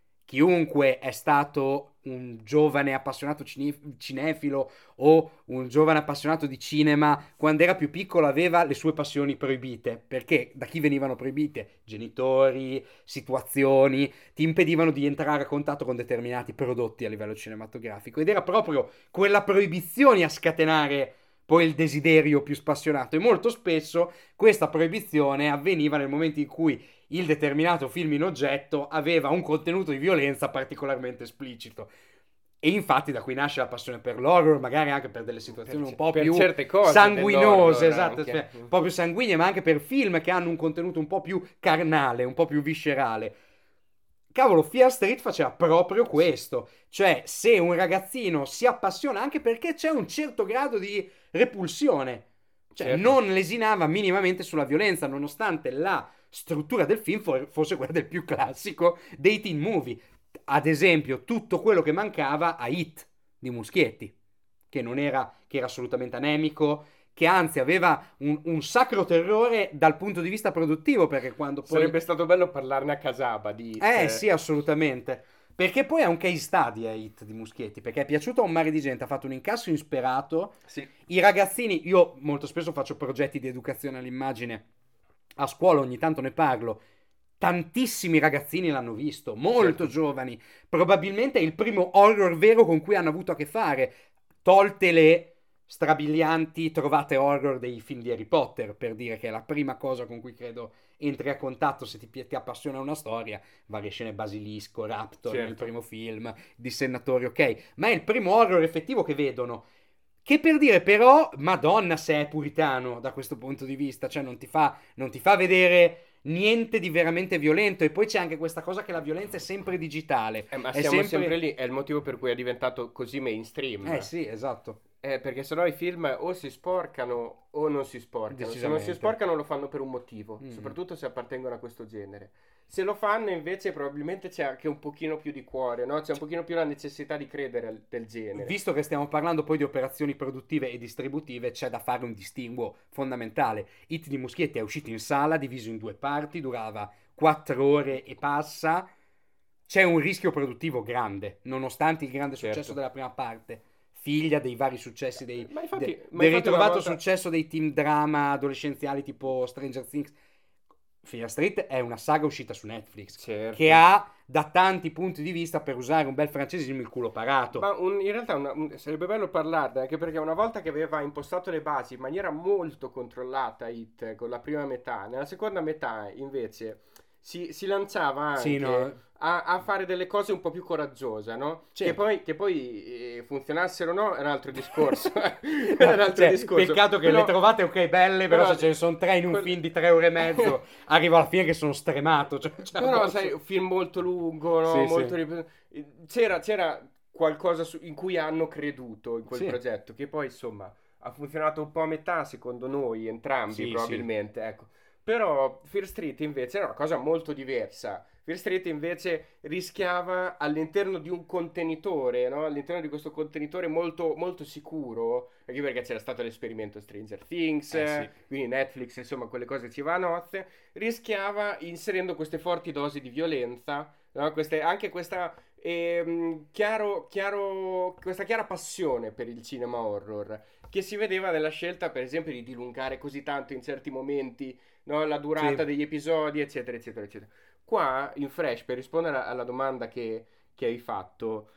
Chiunque è stato un giovane appassionato cinefilo o un giovane appassionato di cinema, quando era più piccolo aveva le sue passioni proibite. Perché da chi venivano proibite? Genitori, situazioni, ti impedivano di entrare a contatto con determinati prodotti a livello cinematografico. Ed era proprio quella proibizione a scatenare poi il desiderio più spassionato. E molto spesso questa proibizione avveniva nel momento in cui il determinato film in oggetto aveva un contenuto di violenza particolarmente esplicito. E infatti da qui nasce la passione per l'horror, magari anche per delle situazioni un po' più sanguinose, esatto, un po' più sanguigne, ma anche per film che hanno un contenuto un po' più carnale, un po' più viscerale. Cavolo, Fear Street faceva proprio questo. Cioè, se un ragazzino si appassiona, anche perché c'è un certo grado di repulsione, cioè non lesinava minimamente sulla violenza, nonostante la struttura del film fosse quella del più classico dei teen movie. Ad esempio, tutto quello che mancava a Hit di Muschietti, che era assolutamente anemico, che anzi aveva un sacro terrore dal punto di vista produttivo, perché quando poi... Sarebbe stato bello parlarne a Casaba di Hit. Sì, assolutamente. Perché poi è un case study a Hit di Muschietti, perché è piaciuto a un mare di gente, ha fatto un incasso insperato. Sì. I ragazzini, io molto spesso faccio progetti di educazione all'immagine a scuola, ogni tanto ne parlo. Tantissimi ragazzini l'hanno visto, molto giovani. Probabilmente è il primo horror vero con cui hanno avuto a che fare, tolte le strabilianti trovate horror dei film di Harry Potter, per dire che è la prima cosa con cui credo entri a contatto se ti appassiona una storia. Varie scene, Basilisco, Raptor nel primo film, Dissennatori, ok, ma è il primo horror effettivo che vedono. Che per dire però, Madonna se è puritano da questo punto di vista, cioè non ti fa vedere niente di veramente violento. E poi c'è anche questa cosa che la violenza è sempre digitale. Ma siamo sempre lì, è il motivo per cui è diventato così mainstream. Sì, esatto. Perché sennò i film o si sporcano o non si sporcano. Se non si sporcano lo fanno per un motivo, soprattutto se appartengono a questo genere. Se lo fanno invece probabilmente c'è anche un pochino più di cuore, no? C'è un pochino più la necessità di credere del genere. Visto che stiamo parlando poi di operazioni produttive e distributive, c'è da fare un distinguo fondamentale. Hit di Muschietti è uscito in sala, diviso in 2 parti, durava 4 ore e passa. C'è un rischio produttivo grande, nonostante il grande successo della prima parte. Figlia dei vari successi del ritrovato successo dei team drama adolescenziali tipo Stranger Things. Fear Street è una saga uscita su Netflix che ha da tanti punti di vista, per usare un bel francesismo, il culo parato. Ma in realtà sarebbe bello parlarne, anche perché una volta che aveva impostato le basi in maniera molto controllata Hit con la prima metà, nella seconda metà invece si lanciava anche a fare delle cose un po' più coraggiose, no? Certo. Che poi funzionassero o no è un altro discorso. Peccato che le trovate ok belle, però se ce ne sono 3 in un film di 3 ore e mezzo arrivo alla fine che sono stremato. Però sai, un film molto lungo, no? C'era qualcosa in cui hanno creduto in quel progetto, che poi insomma ha funzionato un po' a metà secondo noi, entrambi probabilmente, ecco. Però Fear Street invece era una cosa molto diversa. Fear Street invece rischiava all'interno di un contenitore, no? All'interno di questo contenitore molto, molto sicuro, anche perché c'era stato l'esperimento Stranger Things, Sì. quindi Netflix, insomma, quelle cose ci va a nozze, rischiava inserendo queste forti dosi di violenza, no? Anche questa questa chiara passione per il cinema horror, che si vedeva nella scelta, per esempio, di dilungare così tanto in certi momenti, no, la durata Sì. degli episodi, eccetera, eccetera, eccetera. Qua in Fresh, per rispondere alla domanda che hai fatto,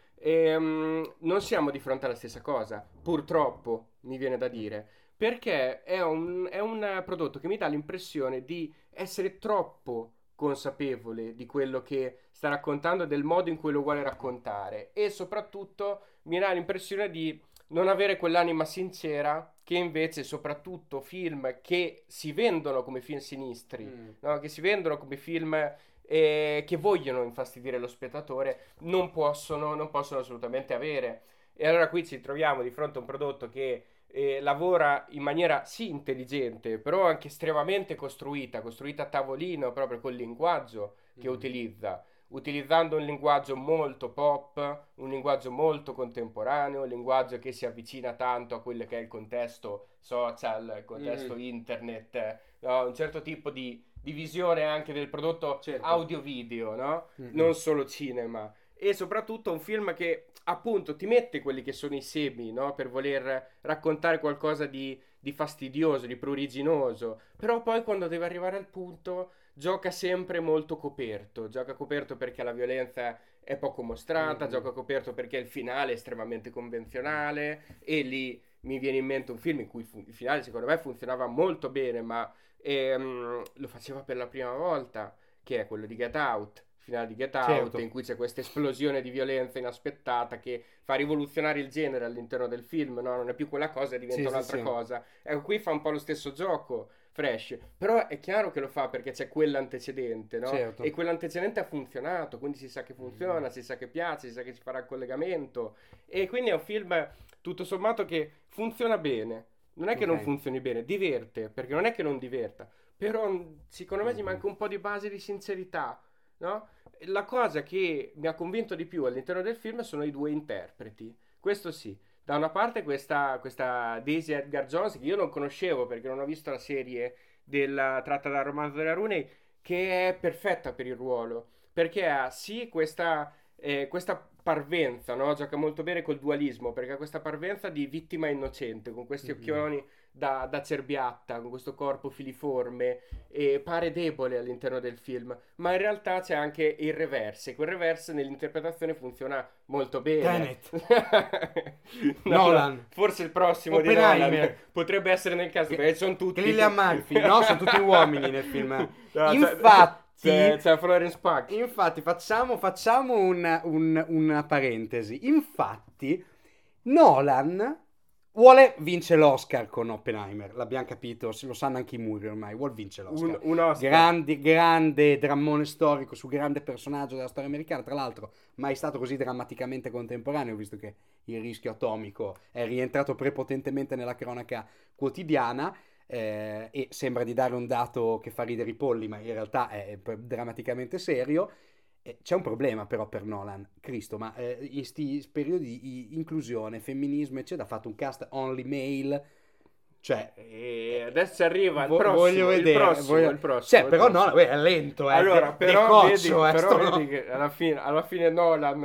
non siamo di fronte alla stessa cosa, purtroppo, mi viene da dire, perché è un prodotto che mi dà l'impressione di essere troppo consapevole di quello che sta raccontando, del modo in cui lo vuole raccontare, e soprattutto mi dà l'impressione di non avere quell'anima sincera che invece soprattutto film che si vendono come film sinistri, no? Che si vendono come film che vogliono infastidire lo spettatore, non possono assolutamente avere. E allora qui ci troviamo di fronte a un prodotto che lavora in maniera sì intelligente, però anche estremamente costruita a tavolino proprio col linguaggio che utilizza, utilizzando un linguaggio molto pop, un linguaggio molto contemporaneo, un linguaggio che si avvicina tanto a quello che è il contesto social, il contesto internet, no? Un certo tipo di visione anche del prodotto Certo. audio-video, no? Non solo cinema. E soprattutto un film che appunto ti mette quelli che sono i semi, no? Per voler raccontare qualcosa di fastidioso, di pruriginoso, però poi quando deve arrivare al punto gioca sempre molto coperto, gioca coperto perché la violenza è poco mostrata, gioca coperto perché il finale è estremamente convenzionale, e lì mi viene in mente un film in cui il finale secondo me funzionava molto bene, ma lo faceva per la prima volta, che è quello di Get Out. Il finale di Get Out, Certo. in cui c'è questa esplosione di violenza inaspettata che fa rivoluzionare il genere all'interno del film, no? Non è più quella cosa, diventa un'altra cosa. Ecco, qui fa un po' lo stesso gioco Fresh, però è chiaro che lo fa perché c'è quell'antecedente, no? Certo. E quell'antecedente ha funzionato, quindi si sa che funziona, si sa che piace, si sa che si farà il collegamento, e quindi è un film tutto sommato che funziona bene. Non è che non funzioni bene, diverte, perché non è che non diverta, però secondo me ci manca un po' di base di sincerità, no? La cosa che mi ha convinto di più all'interno del film sono i due interpreti. Questo sì. Da una parte questa Daisy Edgar Jones, che io non conoscevo perché non ho visto la serie tratta dal romanzo della Rooney, che è perfetta per il ruolo, perché ha sì questa parvenza, no? Gioca molto bene col dualismo, perché ha questa parvenza di vittima innocente, con questi occhioni da cerbiatta, con questo corpo filiforme, e pare debole all'interno del film, ma in realtà c'è anche il reverse. Quel reverse nell'interpretazione funziona molto bene. Nolan. Forse il prossimo di Oppenheimer. Nolan potrebbe essere nel caso, perché sono tutti Cillian Murphy, no? Sono tutti uomini nel film. No, Infatti, c'è Florence Pugh. Infatti, facciamo una parentesi. Infatti, Nolan vuole vincere l'Oscar con Oppenheimer. L'abbiamo capito, lo sanno anche i muri ormai. Vuole vincere l'Oscar. Un Oscar. Grande drammone storico su grande personaggio della storia americana. Tra l'altro, mai stato così drammaticamente contemporaneo, visto che il rischio atomico è rientrato prepotentemente nella cronaca quotidiana. E sembra di dare un dato che fa ridere i polli, ma in realtà è drammaticamente serio. C'è un problema però per Nolan, Cristo, ma in questi periodi di inclusione, femminismo eccetera, ha fatto un cast only male, cioè adesso arriva voglio vedere, il prossimo. però no, è lento, allora, però vedi che alla fine Nolan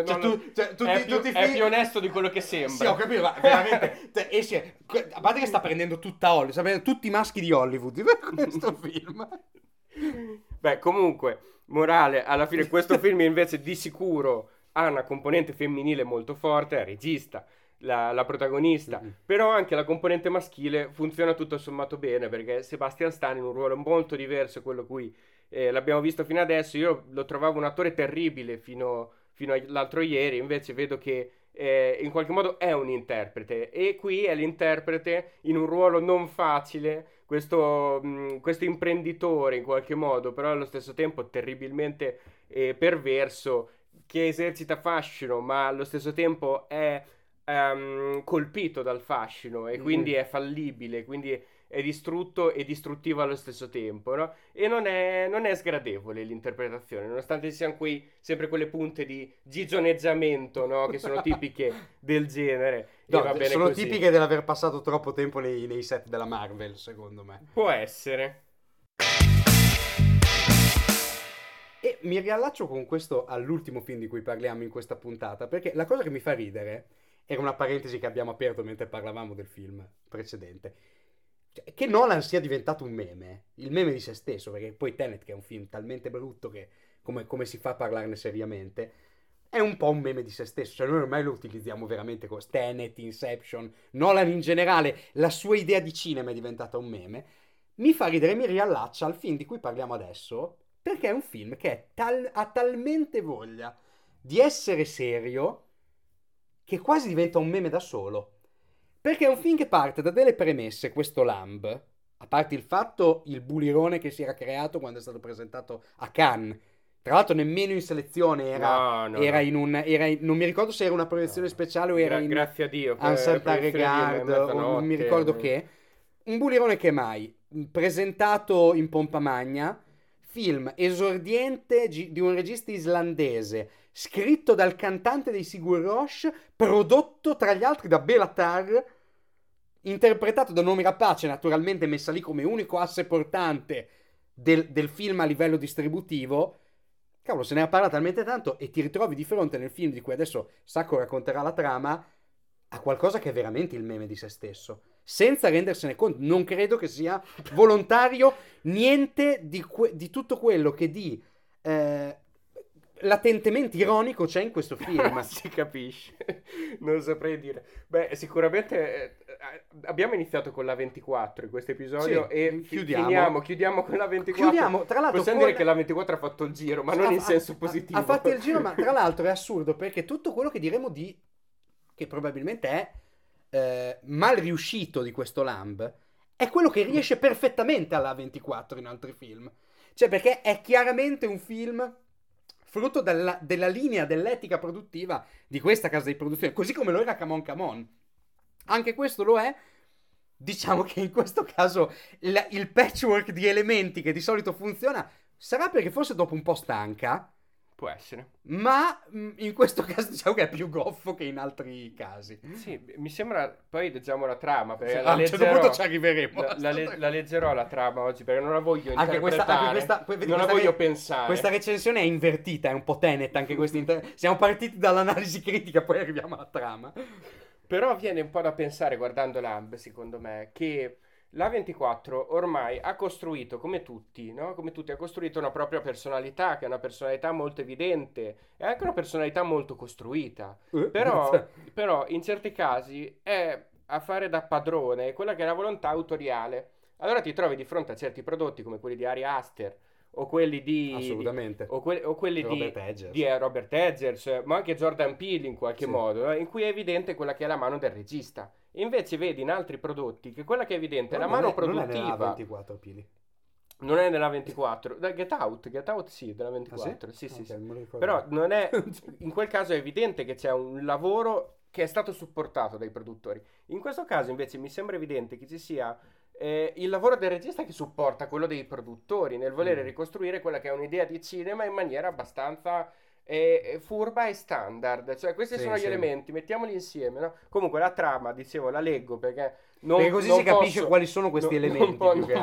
è più onesto di quello che sembra. Sì, ho capito, ma veramente a parte che sta prendendo tutta Hollywood, sta prendendo tutti i maschi di Hollywood per questo film. Beh, comunque, morale, alla fine questo film invece di sicuro ha una componente femminile molto forte, è regista, la protagonista, però anche la componente maschile funziona tutto sommato bene, perché Sebastian Stan in un ruolo molto diverso da quello cui l'abbiamo visto fino adesso. Io lo trovavo un attore terribile fino all'altro ieri, invece vedo che in qualche modo è un interprete, e qui è l'interprete in un ruolo non facile, questo imprenditore in qualche modo, però allo stesso tempo terribilmente perverso, che esercita fascino, ma allo stesso tempo è colpito dal fascino, e quindi è fallibile, quindi è distrutto e distruttivo allo stesso tempo, no? E non è sgradevole l'interpretazione, nonostante ci siano sempre quelle punte di gigioneggiamento, no? Che sono tipiche del genere. E No, va bene sono così. tipiche dell'aver passato troppo tempo nei set della Marvel, secondo me. Può essere. E mi riallaccio con questo all'ultimo film di cui parliamo in questa puntata, perché la cosa che mi fa ridere, era una parentesi che abbiamo aperto mentre parlavamo del film precedente, cioè, che Nolan sia diventato un meme, il meme di se stesso, perché poi Tenet, che è un film talmente brutto che come si fa a parlarne seriamente, è un po' un meme di se stesso, cioè noi ormai lo utilizziamo veramente con Tenet, Inception, Nolan in generale, la sua idea di cinema è diventata un meme. Mi fa ridere, mi riallaccia al film di cui parliamo adesso, perché è un film che ha talmente voglia di essere serio che quasi diventa un meme da solo. Perché è un film che parte da delle premesse, questo Lamb, a parte il fatto, il bulirone che si era creato quando è stato presentato a Cannes. Tra l'altro nemmeno in selezione No, no, era no. in un... non mi ricordo se era una proiezione No. speciale o era in Grazie a Dio, un certain proiezione di regard, o non mi mezzanotte. ricordo che. Un bulirone che mai. Presentato in pompa magna, film esordiente di un regista islandese, scritto dal cantante dei Sigur Rós, prodotto tra gli altri da Bela Tar, interpretato da Noomi Rapace, naturalmente messa lì come unico asse portante del film a livello distributivo. Cavolo, se ne parla talmente tanto e ti ritrovi di fronte nel film di cui adesso Sacco racconterà la trama a qualcosa che è veramente il meme di se stesso, senza rendersene conto. Non credo che sia volontario niente di tutto quello che latentemente ironico c'è in questo film. Si capisce, non saprei dire. Beh, sicuramente abbiamo iniziato con la 24 in questo episodio Sì, e chiudiamo. chiudiamo con la 24. Chiudiamo, tra l'altro, Possiamo dire che la 24 ha fatto il giro, ma non in senso positivo. Ha fatto il giro, ma tra l'altro è assurdo perché tutto quello che diremo che probabilmente è mal riuscito di questo Lamb è quello che riesce perfettamente alla 24 in altri film. Cioè, perché è chiaramente un film frutto della linea dell'etica produttiva di questa casa di produzione, così come lo era Come On, Come On. Anche questo lo è. Diciamo che in questo caso il patchwork di elementi che di solito funziona sarà perché forse dopo un po' stanca, Può essere. ma in questo caso diciamo che è più goffo che in altri casi. Sì, mi sembra, poi leggiamo la trama, perché A un certo punto ci arriveremo. la leggerò la trama oggi, perché non la voglio Anche interpretare, vedi, non la voglio pensare. Questa recensione è invertita, è un po' Tenet anche siamo partiti dall'analisi critica, poi arriviamo alla trama. Però viene un po' da pensare, guardando Lamb, secondo me, che la 24 ormai ha costruito, come tutti, no? Come tutti, ha costruito una propria personalità, che è una personalità molto evidente, e anche una personalità molto costruita. Però in certi casi è a fare da padrone quella che è la volontà autoriale. Allora ti trovi di fronte a certi prodotti come quelli di Ari Aster, o quelli Assolutamente. o quelli Robert Eggers. di Robert Eggers, ma anche Jordan Peele in qualche Sì. modo, in cui è evidente quella che è la mano del regista. E invece vedi in altri prodotti che quella che è evidente è la mano Non è nella produttiva. 24 Pili. Non è nella 24. Da Get Out sì, della 24. Sì, Ok, sì. non me lo ricordo. Però non è. In quel caso è evidente che c'è un lavoro che è stato supportato dai produttori. In questo caso invece mi sembra evidente che ci sia il lavoro del regista che supporta quello dei produttori nel volere ricostruire quella che è un'idea di cinema in maniera abbastanza furba e standard. Cioè questi sono gli elementi, mettiamoli insieme, no? Comunque la trama, dicevo, la leggo perché perché così si capisce quali sono questi elementi.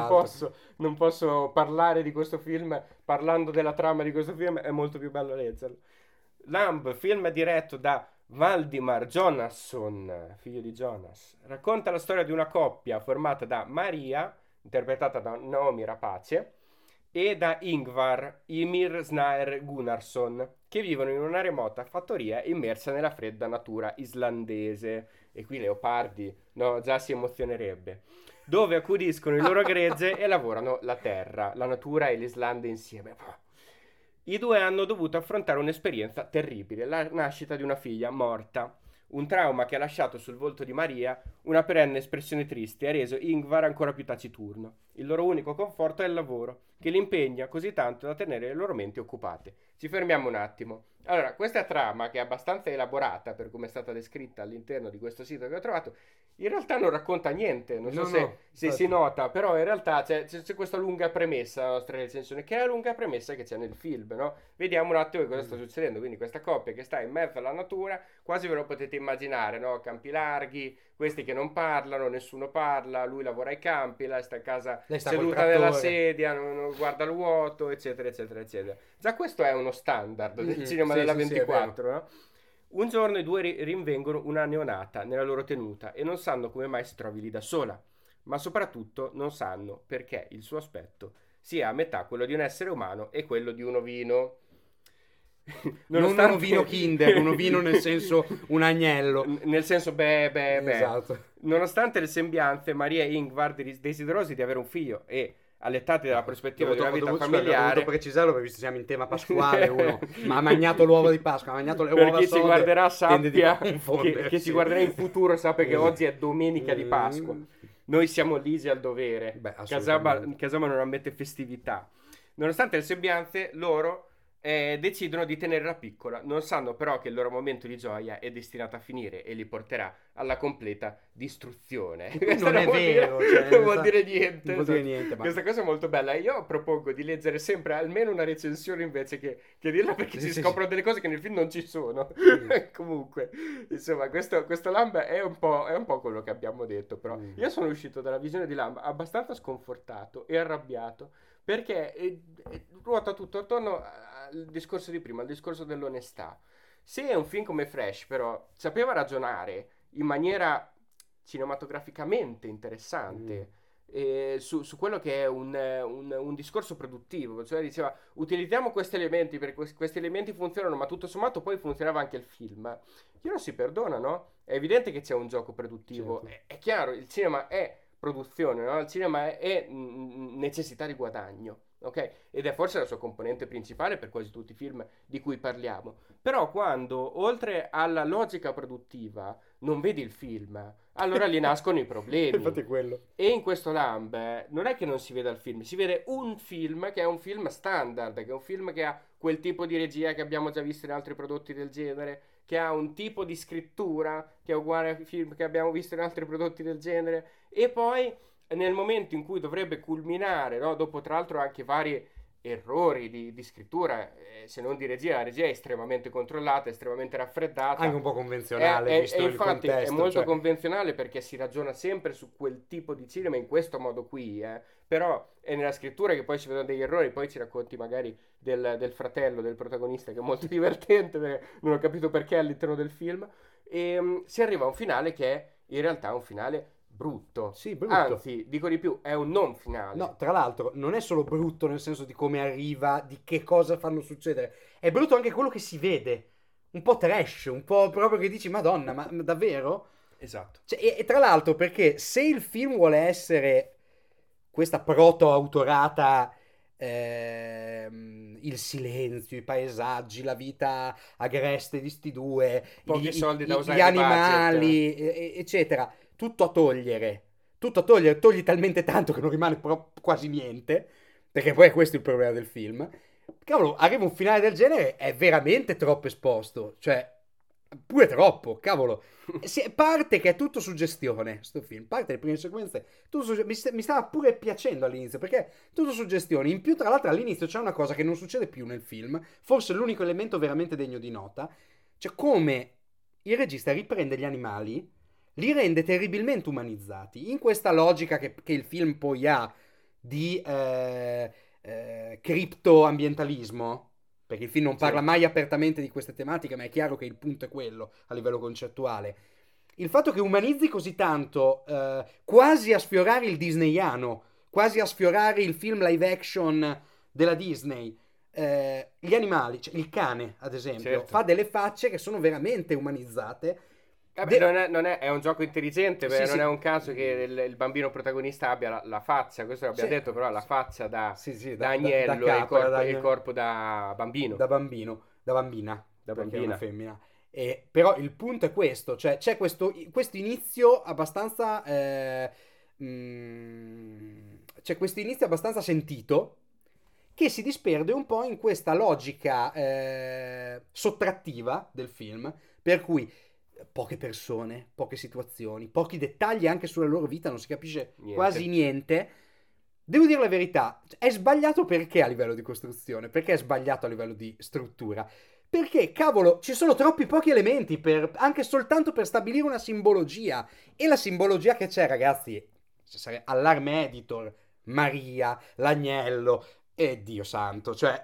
Non posso parlare di questo film parlando della trama di questo film, è molto più bello leggerlo. Lamb, film diretto da Valdimar Jonasson, figlio di Jonas, racconta la storia di una coppia formata da Maria, interpretata da Noomi Rapace, e da Ingvar Ymir Snaer Gunnarsson, che vivono in una remota fattoria immersa nella fredda natura islandese. E qui Leopardi, no, già si emozionerebbe. Dove accudiscono il loro gregge e lavorano la terra, la natura e l'Islanda insieme. I due hanno dovuto affrontare un'esperienza terribile, la nascita di una figlia morta. Un trauma che ha lasciato sul volto di Maria una perenne espressione triste e ha reso Ingvar ancora più taciturno. Il loro unico conforto è il lavoro, che li impegna così tanto da tenere le loro menti occupate. Ci fermiamo un attimo. Allora, questa trama, che è abbastanza elaborata per come è stata descritta all'interno di questo sito che ho trovato, in realtà non racconta niente. Non so No, no, se si infatti. nota, però in realtà c'è questa lunga premessa, la nostra recensione, che è la lunga premessa che c'è nel film, no? Vediamo un attimo cosa sta Mm. succedendo. Quindi questa coppia che sta in mezzo alla natura, quasi ve lo potete immaginare, no? Campi larghi, questi che non parlano, nessuno parla, lui lavora ai campi, lei sta a casa Lei sta col seduta nella trattore. sedia, non guarda il vuoto, eccetera, eccetera, eccetera. Già questo è uno standard del Mm-mm. cinema Sì, della sì, sì, è vero. 24, no? Un giorno i due rinvengono una neonata nella loro tenuta e non sanno come mai si trovi lì da sola, ma soprattutto non sanno perché il suo aspetto sia a metà quello di un essere umano e quello di un ovino. Non un ovino Nonostante... Kinder, un ovino nel senso un agnello. Nel senso, beh, beh, beh. Esatto. Nonostante le sembianze, Maria e Ingvar desiderosi di avere un figlio e allettati dalla prospettiva di una vita Scusa, ho dovuto familiare, precisarlo perché visto siamo in tema pasquale, uno ma ha mangiato l'uovo di Pasqua, ha mangiato le per uova chi ci sode, guarderà tende di sappia che ci confondersi. guarderà in futuro sappia che oggi è domenica di Pasqua. Mm. Noi siamo lisi al dovere. Beh, Casaba, assolutamente. Casama non ammette festività. Nonostante le sembianze, loro decidono di tenerla piccola. Non sanno però che il loro momento di gioia è destinato a finire e li porterà alla completa distruzione. Che poi Questo non è vero, non cioè, vuol dire niente. non vuol dire Esatto. niente, ma Questa cosa è molto bella. Io propongo di leggere sempre almeno una recensione invece che dirla, perché sì, si sì, sì. scoprono delle cose che nel film non ci sono. Mm. Comunque, insomma, questo Lamb è un po' quello che abbiamo detto. Però Mm. io sono uscito dalla visione di Lamb abbastanza sconfortato e arrabbiato perché ruota tutto attorno al discorso di prima, al discorso dell'onestà. Se è un film come Fresh, però, sapeva ragionare in maniera cinematograficamente Mm. interessante su quello che è un discorso produttivo, cioè diceva utilizziamo questi elementi perché questi elementi funzionano, ma tutto sommato poi funzionava anche il film. Io non si perdona, no? È evidente che c'è un gioco produttivo, Certo. è chiaro, il cinema è produzione, no? Il cinema è necessità di guadagno. Ok? Ed è forse la sua componente principale per quasi tutti i film di cui parliamo. Però quando, oltre alla logica produttiva, non vedi il film, allora lì nascono i problemi. Infatti è quello. E in questo Lamb non è che non si veda il film, si vede un film che è un film standard, che è un film che ha quel tipo di regia che abbiamo già visto in altri prodotti del genere, che ha un tipo di scrittura che è uguale ai film che abbiamo visto in altri prodotti del genere, e poi nel momento in cui dovrebbe culminare, no? Dopo tra l'altro anche vari errori di scrittura, se non di regia, la regia è estremamente controllata, estremamente Anche raffreddata. un po' convenzionale, E visto il infatti è contesto, molto cioè. convenzionale perché si ragiona sempre su quel tipo di cinema in questo modo qui, però è nella scrittura che poi si vedono degli errori, poi ci racconti magari del fratello del protagonista che è molto divertente, perché non ho capito perché all'interno del film, e si arriva a un finale che è in realtà un finale brutto, Sì, brutto. anzi, dico di più, è un non finale. No, tra l'altro, non è solo brutto nel senso di come arriva, di che cosa fanno succedere. È brutto anche quello che si vede. Un po' trash, un po' proprio che dici, Madonna, ma davvero? Esatto. Cioè, e tra l'altro, perché se il film vuole essere questa proto-autorata, il silenzio, i paesaggi, la vita agreste di sti due, Pochi soldi da gli usare di budget. animali, eccetera, tutto a togliere. Tutto a togliere, togli talmente tanto che non rimane quasi niente, perché poi è questo il problema del film. Cavolo, arriva un finale del genere, è veramente troppo esposto, cioè, pure troppo, cavolo. Parte che è tutto suggestione, sto film, parte le prime sequenze, mi stava pure piacendo all'inizio, perché tutto suggestione. In più, tra l'altro, all'inizio c'è una cosa che non succede più nel film, forse l'unico elemento veramente degno di nota, cioè come il regista riprende gli animali, li rende terribilmente umanizzati, in questa logica che il film poi ha di criptoambientalismo, perché il film non parla Sì. mai apertamente di queste tematiche, ma è chiaro che il punto è quello a livello concettuale. Il fatto che umanizzi così tanto, quasi a sfiorare il disneyano, quasi a sfiorare il film live action della Disney, gli animali, cioè il cane ad esempio, Certo. fa delle facce che sono veramente umanizzate. Vabbè, è un gioco intelligente, Sì, non è sì. un caso che il bambino protagonista abbia la faccia, questo l'abbiamo Sì, detto, però ha la faccia sì, sì, da da agnello capra, e il corpo da bambino, da bambino, da bambina, da perché è una bambina. femmina. Però il punto è questo, cioè c'è questo inizio abbastanza... c'è questo inizio abbastanza sentito, che si disperde un po' in questa logica sottrattiva del film, per cui poche persone, poche situazioni, pochi dettagli anche sulla loro vita, non si capisce quasi niente. Devo dire la verità, è sbagliato perché a livello di costruzione, perché è sbagliato a livello di struttura. Perché, cavolo, ci sono troppi pochi elementi anche soltanto per stabilire una simbologia. E la simbologia che c'è, ragazzi, allarme editor, Maria, l'agnello, e Dio santo, cioè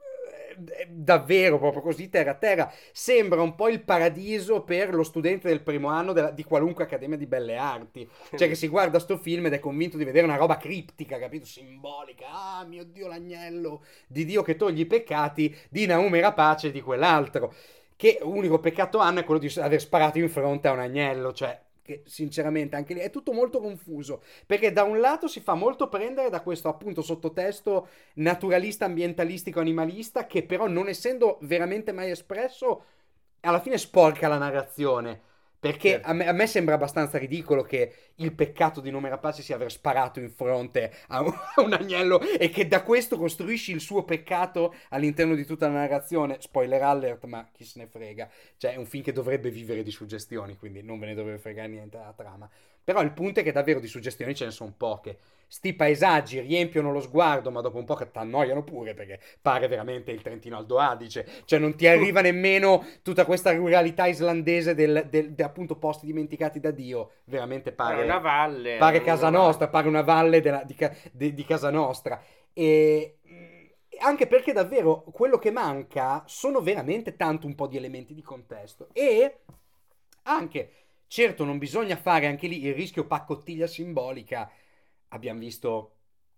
davvero proprio così terra a terra. Sembra un po' il paradiso per lo studente del primo anno di qualunque accademia di belle arti, cioè che si guarda sto film ed è convinto di vedere una roba criptica, capito? Simbolica. Ah, mio Dio, l'agnello di Dio che toglie i peccati di Naume Rapace e di quell'altro, che unico peccato hanno è quello di aver sparato in fronte a un agnello, cioè che sinceramente anche lì è tutto molto confuso, perché da un lato si fa molto prendere da questo appunto sottotesto naturalista, ambientalistico, animalista, che però non essendo veramente mai espresso, alla fine sporca la narrazione. Perché Certo. a me sembra abbastanza ridicolo che il peccato di Nome Rapace sia aver sparato in fronte a un agnello e che da questo costruisci il suo peccato all'interno di tutta la narrazione. Spoiler alert, ma chi se ne frega. Cioè è un film che dovrebbe vivere di suggestioni, quindi non ve ne dovrebbe fregare niente dalla trama. Però il punto è che davvero di suggestioni ce ne sono poche. Sti paesaggi riempiono lo sguardo, ma dopo un po' che ti annoiano pure, perché pare veramente il Trentino Alto Adige. Cioè non ti arriva nemmeno tutta questa ruralità islandese appunto posti dimenticati da Dio. Veramente Era una valle. pare casa nostra, pare una valle di casa nostra. E anche perché davvero quello che manca sono veramente tanto un po' di elementi di contesto. E anche, certo, non bisogna fare anche lì il rischio paccottiglia simbolica. Abbiamo visto,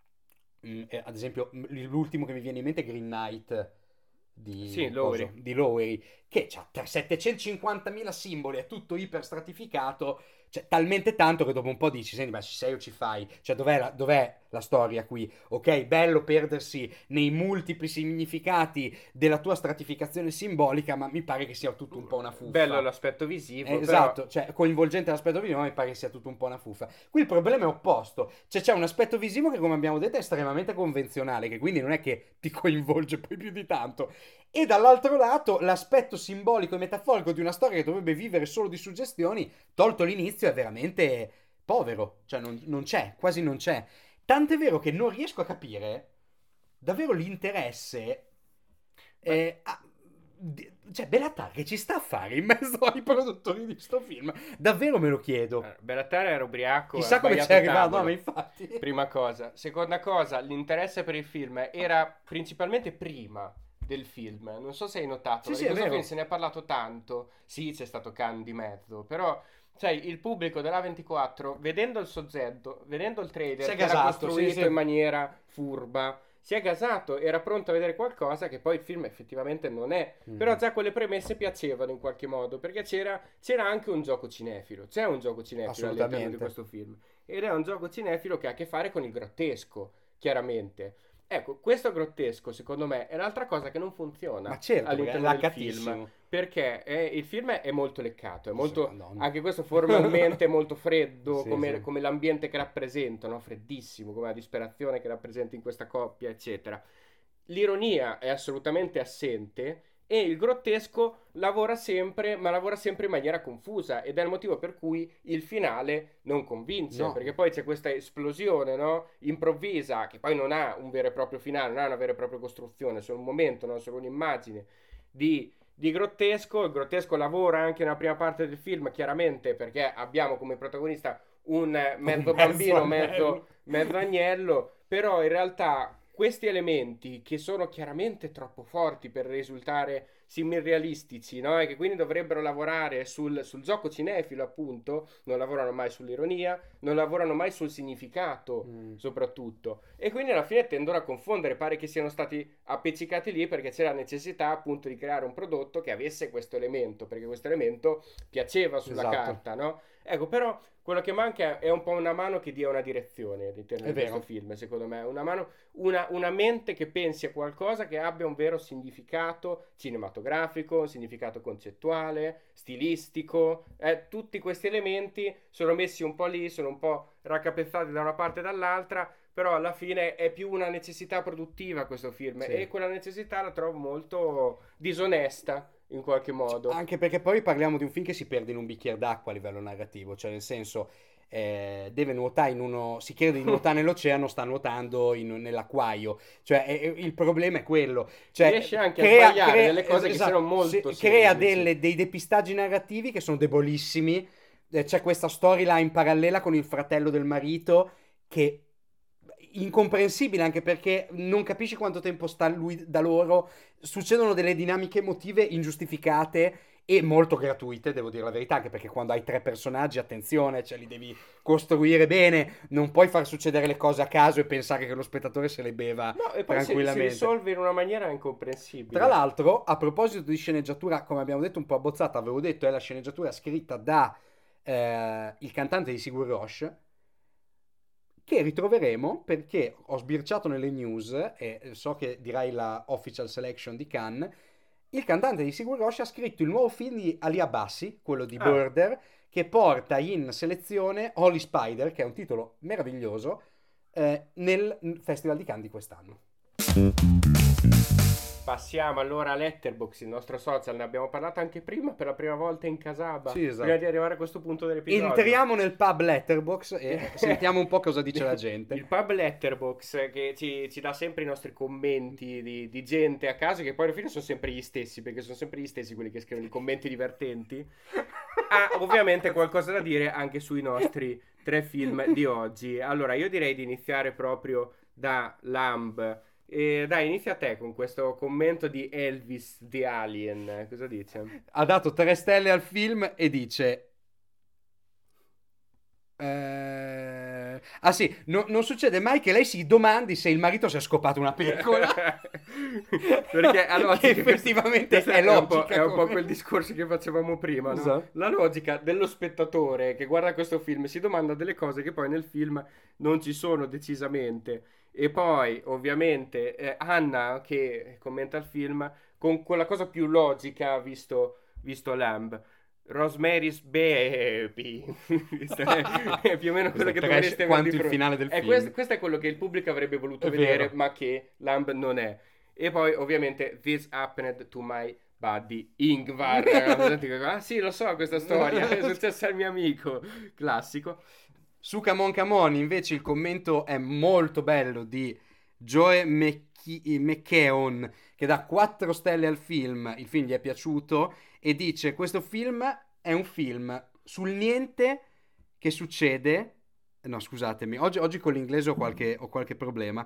ad esempio, l'ultimo che mi viene in mente è Green Knight Sì, Lowery. di Lowery, che ha 750.000 simboli, è tutto iper stratificato, cioè talmente tanto che dopo un po' dici, senti, ma ci sei o ci fai? Cioè dov'è la storia qui? Ok, bello perdersi nei multipli significati della tua stratificazione simbolica, ma mi pare che sia tutto un po' una fuffa. Bello l'aspetto visivo, Esatto, però... cioè coinvolgente l'aspetto visivo, ma mi pare che sia tutto un po' una fuffa. Qui il problema è opposto, cioè c'è un aspetto visivo che, come abbiamo detto, è estremamente convenzionale, che quindi non è che ti coinvolge poi più di tanto. E dall'altro lato l'aspetto simbolico e metaforico di una storia che dovrebbe vivere solo di suggestioni, tolto l'inizio, è veramente povero, cioè non c'è, quasi non c'è. Tant'è vero che non riesco a capire davvero l'interesse cioè Bellatar che ci sta a fare in mezzo ai produttori di sto film, davvero me lo chiedo. Bellatar era ubriaco, Chissà come c'è arrivato, no, ma infatti. Prima cosa. Seconda cosa, l'interesse per il film era principalmente prima del film. Non so se hai notato, Sì, in è questo vero. film se ne è parlato tanto. Sì, c'è stato Cannes di mezzo, però sai, il pubblico della 24, vedendo il soggetto, vedendo il trailer Si è che era gasato, costruito sì, sì. in maniera furba, si è gasato, era pronto a vedere qualcosa che poi il film effettivamente non è. Però già quelle premesse piacevano in qualche modo, perché c'era anche un gioco cinefilo. C'è un gioco cinefilo all'interno di questo film. Ed è un gioco cinefilo che ha a che fare con il grottesco, chiaramente. Ecco, questo grottesco, secondo me, è l'altra cosa che non funziona Ma certo, all'interno del film. Perché il film è molto leccato, è molto, anche questo formalmente è molto freddo, Sì, come, sì. come l'ambiente che rappresenta, no? Freddissimo, come la disperazione che rappresenta in questa coppia, eccetera. L'ironia è assolutamente assente e il grottesco lavora sempre, ma lavora sempre in maniera confusa ed è il motivo per cui il finale non convince, No. perché poi c'è questa esplosione, no? Improvvisa, che poi non ha un vero e proprio finale, non ha una vera e propria costruzione, è solo un momento, no? Solo un'immagine di grottesco. Il grottesco lavora anche nella prima parte del film, chiaramente, perché abbiamo come protagonista un mezzo bambino, mezzo agnello, però in realtà questi elementi che sono chiaramente troppo forti per risultare similrealistici, no? E che quindi dovrebbero lavorare sul gioco cinefilo, appunto, non lavorano mai sull'ironia, non lavorano mai sul significato, soprattutto. E quindi alla fine tendono a confondere, pare che siano stati appiccicati lì perché c'era la necessità, appunto, di creare un prodotto che avesse questo elemento, perché questo elemento piaceva sulla Esatto. carta, no? Ecco, però quello che manca è un po' una mano che dia una direzione all'interno È di questo vero. film, secondo me. Una mano, una mente che pensi a qualcosa che abbia un vero significato cinematografico, un significato concettuale, stilistico. Tutti questi elementi sono messi un po' lì, sono un po' raccapezzati da una parte e dall'altra, però alla fine è più una necessità produttiva questo film, Sì. e quella necessità la trovo molto disonesta in qualche modo. Anche perché poi parliamo di un film che si perde in un bicchiere d'acqua a livello narrativo, cioè nel senso deve nuotare si chiede di nuotare nell'oceano, sta nuotando nell'acquaio, cioè il problema è quello, cioè, Riesce anche a sbagliare delle cose che esatto, sono molto crea semplici. dei depistaggi narrativi che sono debolissimi. C'è questa storyline parallela con il fratello del marito che incomprensibile, anche perché non capisci quanto tempo sta lui da loro, succedono delle dinamiche emotive ingiustificate e molto gratuite, devo dire la verità, anche perché quando hai 3 personaggi, attenzione, cioè li devi costruire bene, non puoi far succedere le cose a caso e pensare che lo spettatore se le beva No, e poi si tranquillamente. risolve in una maniera Tra incomprensibile. l'altro, a proposito di sceneggiatura, come abbiamo detto, un po' abbozzata, avevo detto è la sceneggiatura scritta da il cantante di Sigur Rós, che ritroveremo perché ho sbirciato nelle news e so che dirai la official selection di Cannes. Il cantante di Sigur Rós ha scritto il nuovo film di Ali Abbasi, quello di Ah, Birder, che porta in selezione Holy Spider, che è un titolo meraviglioso, nel Festival di Cannes di quest'anno. passiamo allora a Letterboxd, il nostro social, ne abbiamo parlato anche prima, per la prima volta in Casaba, Sì, esatto. prima di arrivare a questo punto dell'episodio. Entriamo nel pub Letterboxd e sentiamo un po' cosa dice la gente. Il pub Letterboxd che ci dà sempre i nostri commenti di gente a caso, che poi alla fine sono sempre gli stessi, perché sono sempre gli stessi quelli che scrivono i commenti divertenti. Ha ovviamente qualcosa da dire anche sui nostri 3 film di oggi. Allora, io direi di iniziare proprio da Lamb. E dai, inizia te con questo commento di Elvis the Alien. Cosa dice? Ha dato 3 stelle al film e dice ah sì, non succede mai che lei si domandi se il marito si è scopato una pecora. Perché allora, che effettivamente è logica. È un po' come- quel discorso che facevamo prima, no? Esatto. La logica dello spettatore che guarda questo film si domanda delle cose che poi nel film non ci sono decisamente. E poi, ovviamente, Anna che commenta il film con quella cosa più logica, visto Lamb. Rosemary's Baby. È più o meno quello che Trash dovreste avere quanto di il fronte. finale del film. Questo è quello che il pubblico avrebbe voluto È vedere, vero. ma che Lamb non è. E poi, ovviamente, This Happened to My Buddy Ingvar. Ah, sì, lo so questa storia. È successa al mio amico. Classico. Su Come On invece il commento è molto bello di Joe McKeown che dà 4 stelle al film, il film gli è piaciuto e dice questo film è un film sul niente che succede. No, scusatemi, oggi con l'inglese ho qualche problema.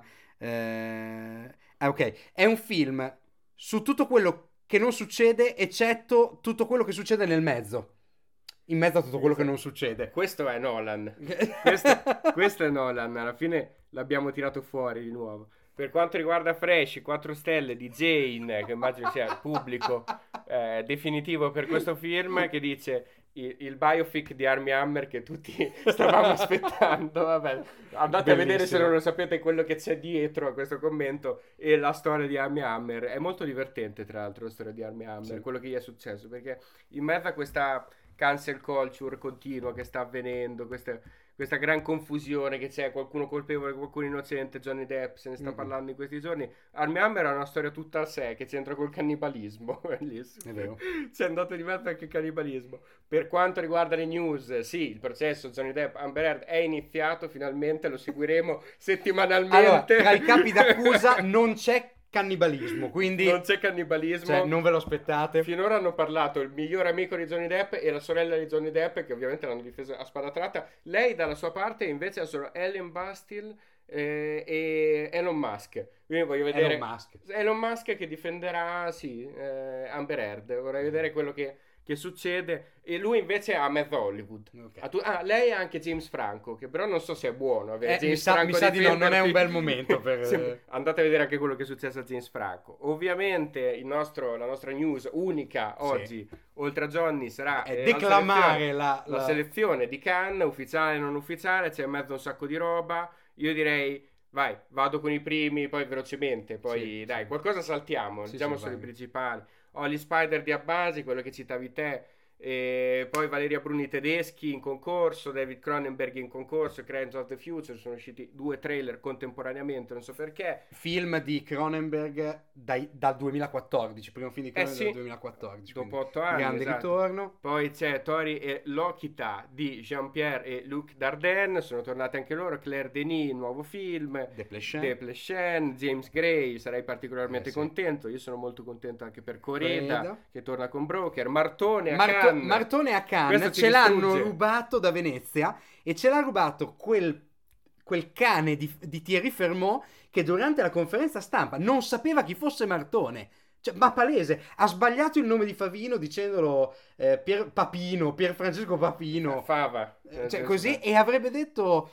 Ok, è un film su tutto quello che non succede, eccetto tutto quello che succede nel mezzo. In mezzo a tutto quello che non succede. Questo è Nolan. Questo è Nolan. Alla fine l'abbiamo tirato fuori di nuovo. Per quanto riguarda Fresh, 4 stelle di Jane, che immagino sia il pubblico definitivo per questo film, che dice il biopic di Armie Hammer che tutti stavamo aspettando. Vabbè, andate a vedere se Bellissimo. non lo sapete quello che c'è dietro a questo commento e la storia di Armie Hammer. È molto divertente, tra l'altro, la storia di Armie Hammer, Sì. quello che gli è successo, perché in mezzo a questa cancel culture continua che sta avvenendo, questa gran confusione che c'è, qualcuno colpevole, qualcuno innocente, Johnny Depp se ne sta parlando in questi giorni. Armie Hammer ha una storia tutta a sé che c'entra col cannibalismo, bellissimo. È vero. C'è andato di mezzo anche il cannibalismo. Per quanto riguarda le news, sì, il processo Johnny Depp Amber Heard è iniziato, finalmente lo seguiremo settimanalmente. Allora, tra i capi d'accusa non c'è cannibalismo, quindi non c'è cannibalismo. cioè, non ve lo aspettate. Finora hanno parlato il miglior amico di Johnny Depp e la sorella di Johnny Depp, che ovviamente l'hanno difesa a spada tratta. Lei dalla sua parte invece sono Ellen Bastille e Elon Musk. Quindi voglio vedere Elon Musk che difenderà, sì, Amber Heard. Vorrei vedere quello che succede. E lui invece ha Matt Hollywood. Okay. Lei ha anche James Franco, che però non so se è buono avere James mi Franco sa di di no, film non è un per- bel momento per Sì, andate a vedere anche quello che è successo a James Franco. Ovviamente la nostra news unica Sì. oggi, oltre a Johnny, sarà è declamare la la selezione di Cannes, ufficiale e non ufficiale. C'è in mezzo un sacco di roba. Io direi, vai, vado con i primi, poi velocemente. Poi Sì, dai, sì. qualcosa saltiamo, Sì, diciamo sì, solo i vai. principali. Ho gli Spider di Abbasi, quello che citavi te. E poi Valeria Bruni Tedeschi in concorso, David Cronenberg in concorso, Crimes of the Future. Sono usciti 2 trailer contemporaneamente, non so perché. Film di Cronenberg dal 2014, primo film di Cronenberg Sì, dal 2014. dopo quindi 8 anni, grande esatto. ritorno. Poi c'è Tori e Lokita di Jean-Pierre e Luc Dardenne, sono tornati anche loro. Claire Denis, il nuovo film. Desplechin, James Gray, sarei particolarmente sì. contento. Io sono molto contento anche per Coreda, che torna con Broker. Martone a Cannes ce l'hanno rubato da Venezia, e ce l'ha rubato quel cane di Thierry Fermont, che durante la conferenza stampa non sapeva chi fosse Martone. Cioè, ma palese, ha sbagliato il nome di Favino dicendolo Pier Francesco Papino. Fava. Cioè, così, e avrebbe detto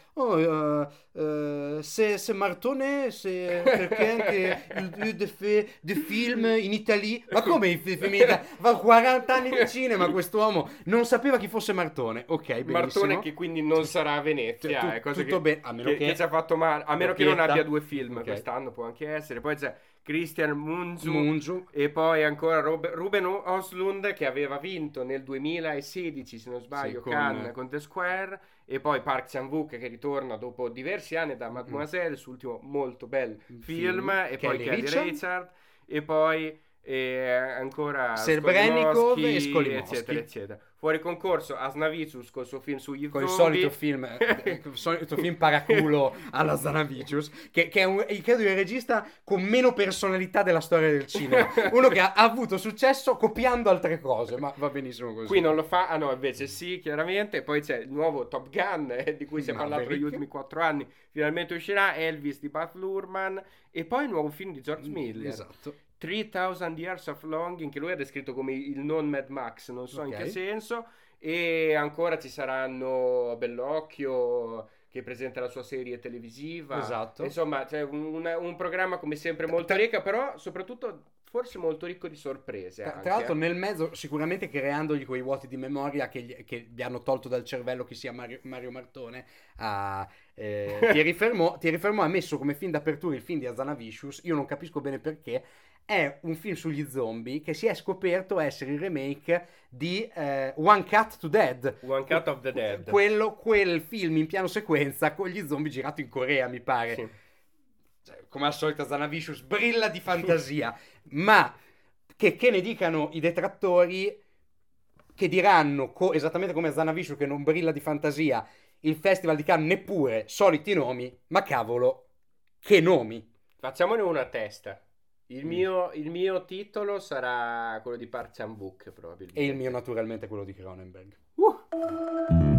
se Martone, perché anche de film in Italia. Ma come i film in Italia? Va 40 anni di cinema, quest'uomo non sapeva chi fosse Martone. Ok, benissimo. Martone che quindi non sarà a Venezia, è cosa tutto bene, a meno che ci ha fatto male, a meno che non abbia 2 film, okay. Quest'anno può anche essere. Poi c'è Christian Munzu. E poi ancora Ruben Östlund, che aveva vinto nel 2016, se non sbaglio, Cannes con The Square. E poi Park Chan-wook, che ritorna dopo diversi anni da Mademoiselle, sull'ultimo molto bel film. E poi Kelly Reichardt. E poi ancora Serebrennikov e Skolimowski, eccetera eccetera. Fuori concorso Asnavicius col suo film sugli con zombie, il solito film paraculo alla Zanavicius, che è credo il regista con meno personalità della storia del cinema, uno che ha avuto successo copiando altre cose, ma va benissimo così. Qui non lo fa, no, invece sì, chiaramente. Poi c'è il nuovo Top Gun, di cui si è parlato negli ultimi 4 anni, finalmente uscirà. Elvis di Baz Luhrmann. E poi il nuovo film di George Miller, esatto, 3000 Years of Longing, che lui ha descritto come il non Mad Max, non so in che senso. E ancora ci saranno Bellocchio, che presenta la sua serie televisiva. Esatto. Insomma, c'è un programma come sempre molto ricco, però soprattutto forse molto ricco di sorprese. Tra l'altro nel mezzo sicuramente creandogli quei vuoti di memoria che gli hanno tolto dal cervello chi sia Mario Martone a Thierry Fermont. Thierry Fermont ha messo come film d'apertura il film di Hazanavicius. Io non capisco bene perché. È un film sugli zombie che si è scoperto essere il remake di One Cut to Dead. One Cut of the Dead. Quel film in piano sequenza con gli zombie girato in Corea, mi pare. Sì. Cioè, come al solito Zanavicius brilla di fantasia. Ma che ne dicano i detrattori, che diranno esattamente come Zanavicius che non brilla di fantasia, il Festival di Cannes neppure soliti nomi, ma cavolo, che nomi. Facciamone una a testa. Il mio titolo sarà quello di Park Chan-wook, probabilmente. E il mio naturalmente quello di Cronenberg.